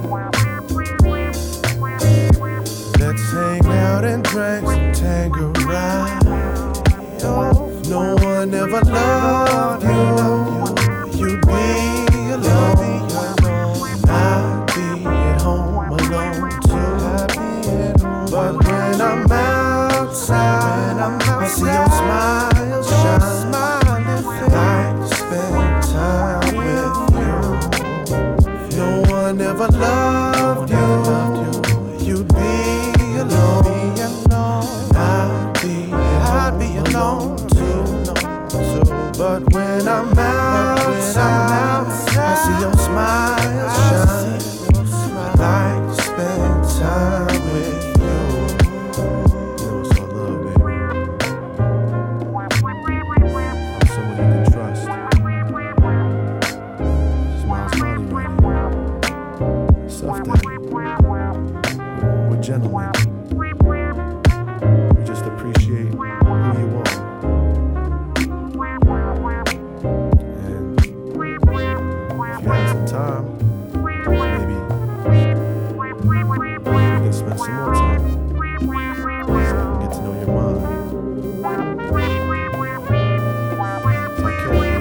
S5: Let's hang out and drink some Tanqueray. If no one ever loved you, you'd be alone, and I'd be at home alone too. But when I'm outside, I see your smile shine. I like to spend time with you. If no one ever loved you, you'd be alone, and I'd be I'd be alone too, too. But when I'm outside, I see your smile shine. I like to spend time with you. You know it's all love, baby. I'm someone you can trust. Smile, smiley, right here. Soft daddy. We're gentlemen. We just appreciate who you are. And if you have some time, maybe we can spend some more time so I can get to know your mind. Take care, baby.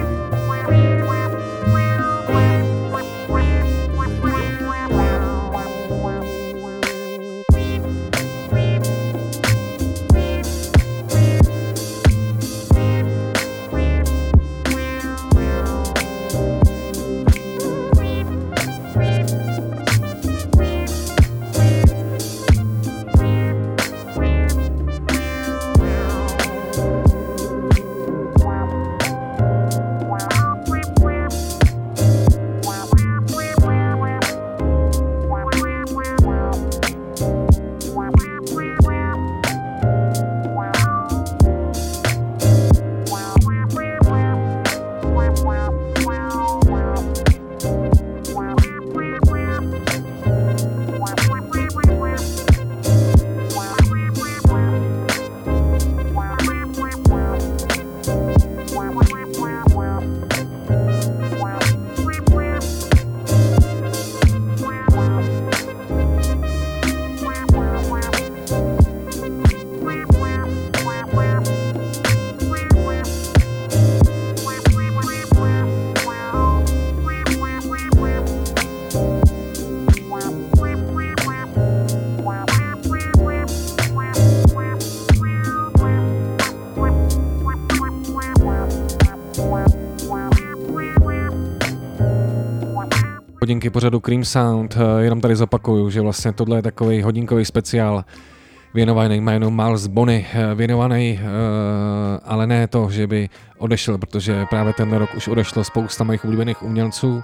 S2: Hodinky pořadu Cream Sound, jenom tady zopakuju, že vlastně tohle je takový hodinkový speciál věnovaný jménu Miles Bonny, věnovaný, ale ne to, že by odešel, protože právě ten rok už odešlo spousta mých oblíbených umělců,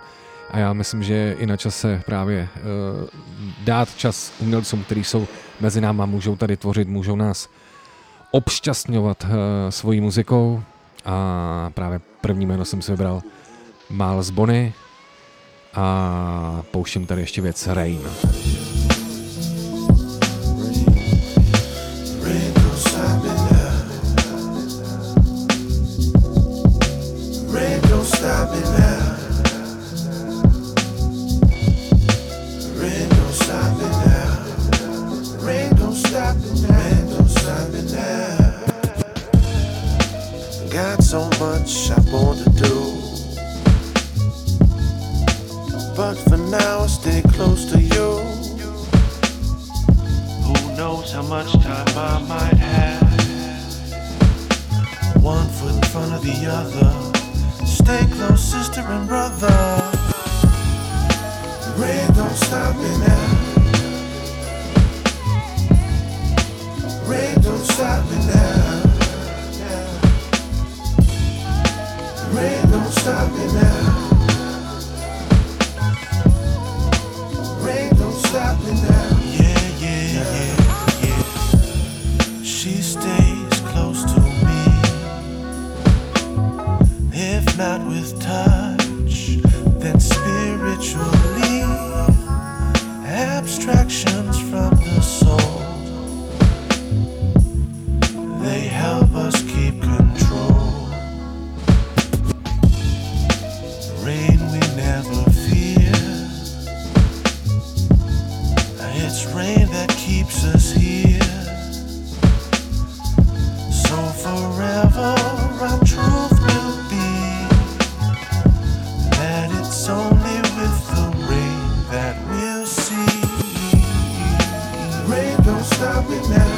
S2: A já myslím, že je i na čase právě uh, dát čas umělcům, kteří jsou mezi náma, můžou tady tvořit, můžou nás obšťastňovat uh, svojí muzikou. A právě první jméno jsem si vybral Miles Bonny a pouštím tady ještě věc Rain.
S5: Stop it now. Rain don't stop it now. Rain don't stop it now. Rain don't stop it now. Got so much I want to do, but for now I stay close to you. Who knows how much time I might have? One foot in front of the other. Stay close, sister and brother. Rain don't stop me now. Rain don't stop me now. Rain don't stop me now. Rain don't stop me now. Yeah, yeah, yeah, yeah. She stays close to me. If not with touch, then spiritually. Abstractions from the soul, they help us keep control. Rain we never fear. It's rain that keeps us here. So forever our truth will be that it's only with the rain that we'll see. Rain don't stop me now.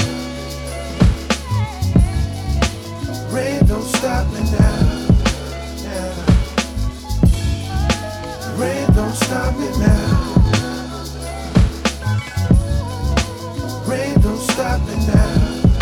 S5: Rain don't stop me now. Yeah. Rain don't stop me now. Rain don't stop me now.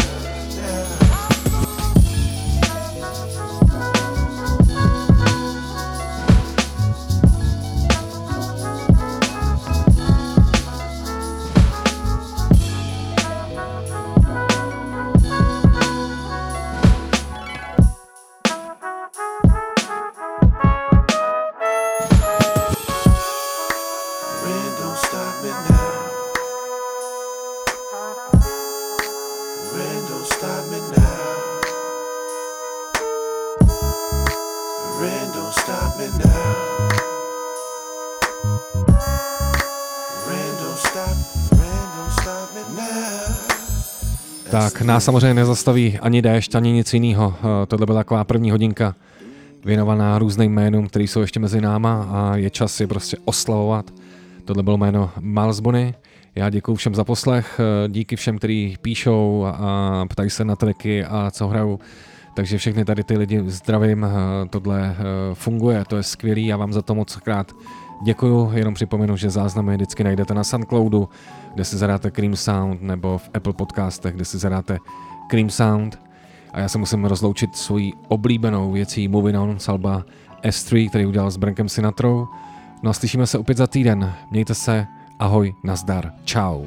S2: Tak nás samozřejmě nezastaví ani déšť, ani nic jiného. Tohle byla taková první hodinka věnovaná různým jménům, které jsou ještě mezi náma a je čas je prostě oslavovat. Tohle bylo jméno Miles Bonny. Já děkuju všem za poslech, díky všem, kteří píšou a ptají se na tracky a co hrajou. Takže všechny tady ty lidi zdravím, tohle funguje, to je skvělý, já vám za to moc krát děkuju, jenom připomenu, že záznamy vždycky najdete na Soundcloudu, kde si zadáte Cream Sound, nebo v Apple podcastech, kde si zadáte Cream Sound. A já se musím rozloučit svojí oblíbenou věcí Moving On z alba S tři, který udělal s Brankem Sinatrou. No a slyšíme se opět za týden. Mějte se, ahoj, nazdar, čau.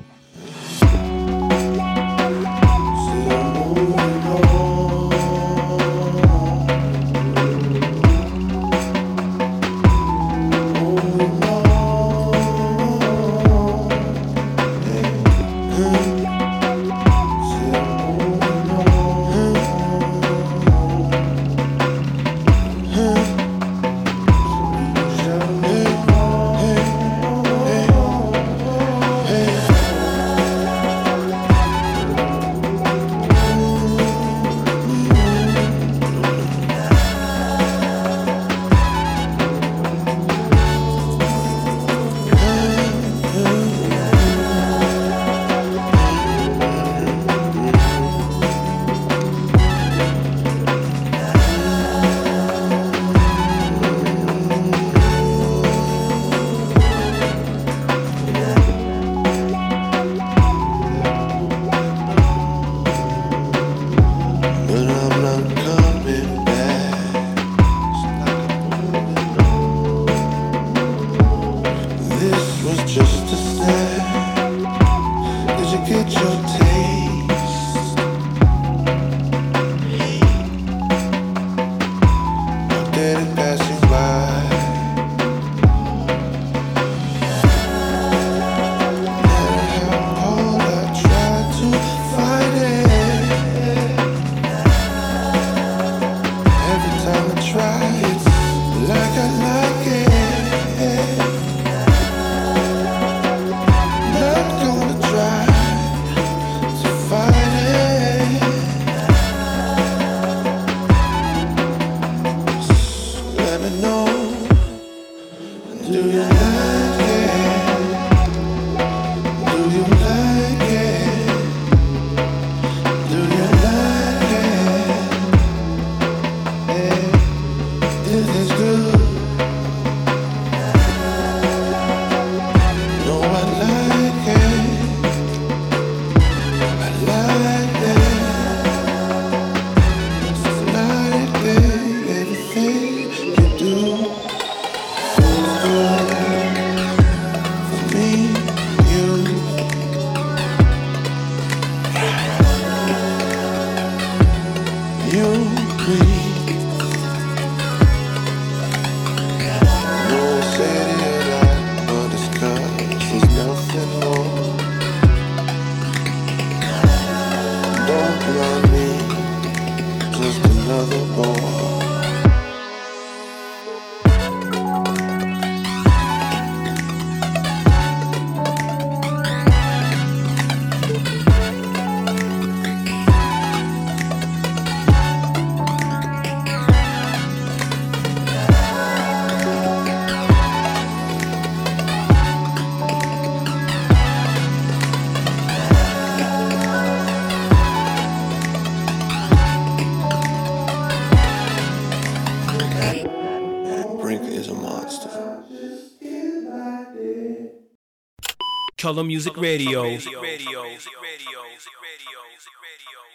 S5: let it pass you by.
S8: Color Music Radio.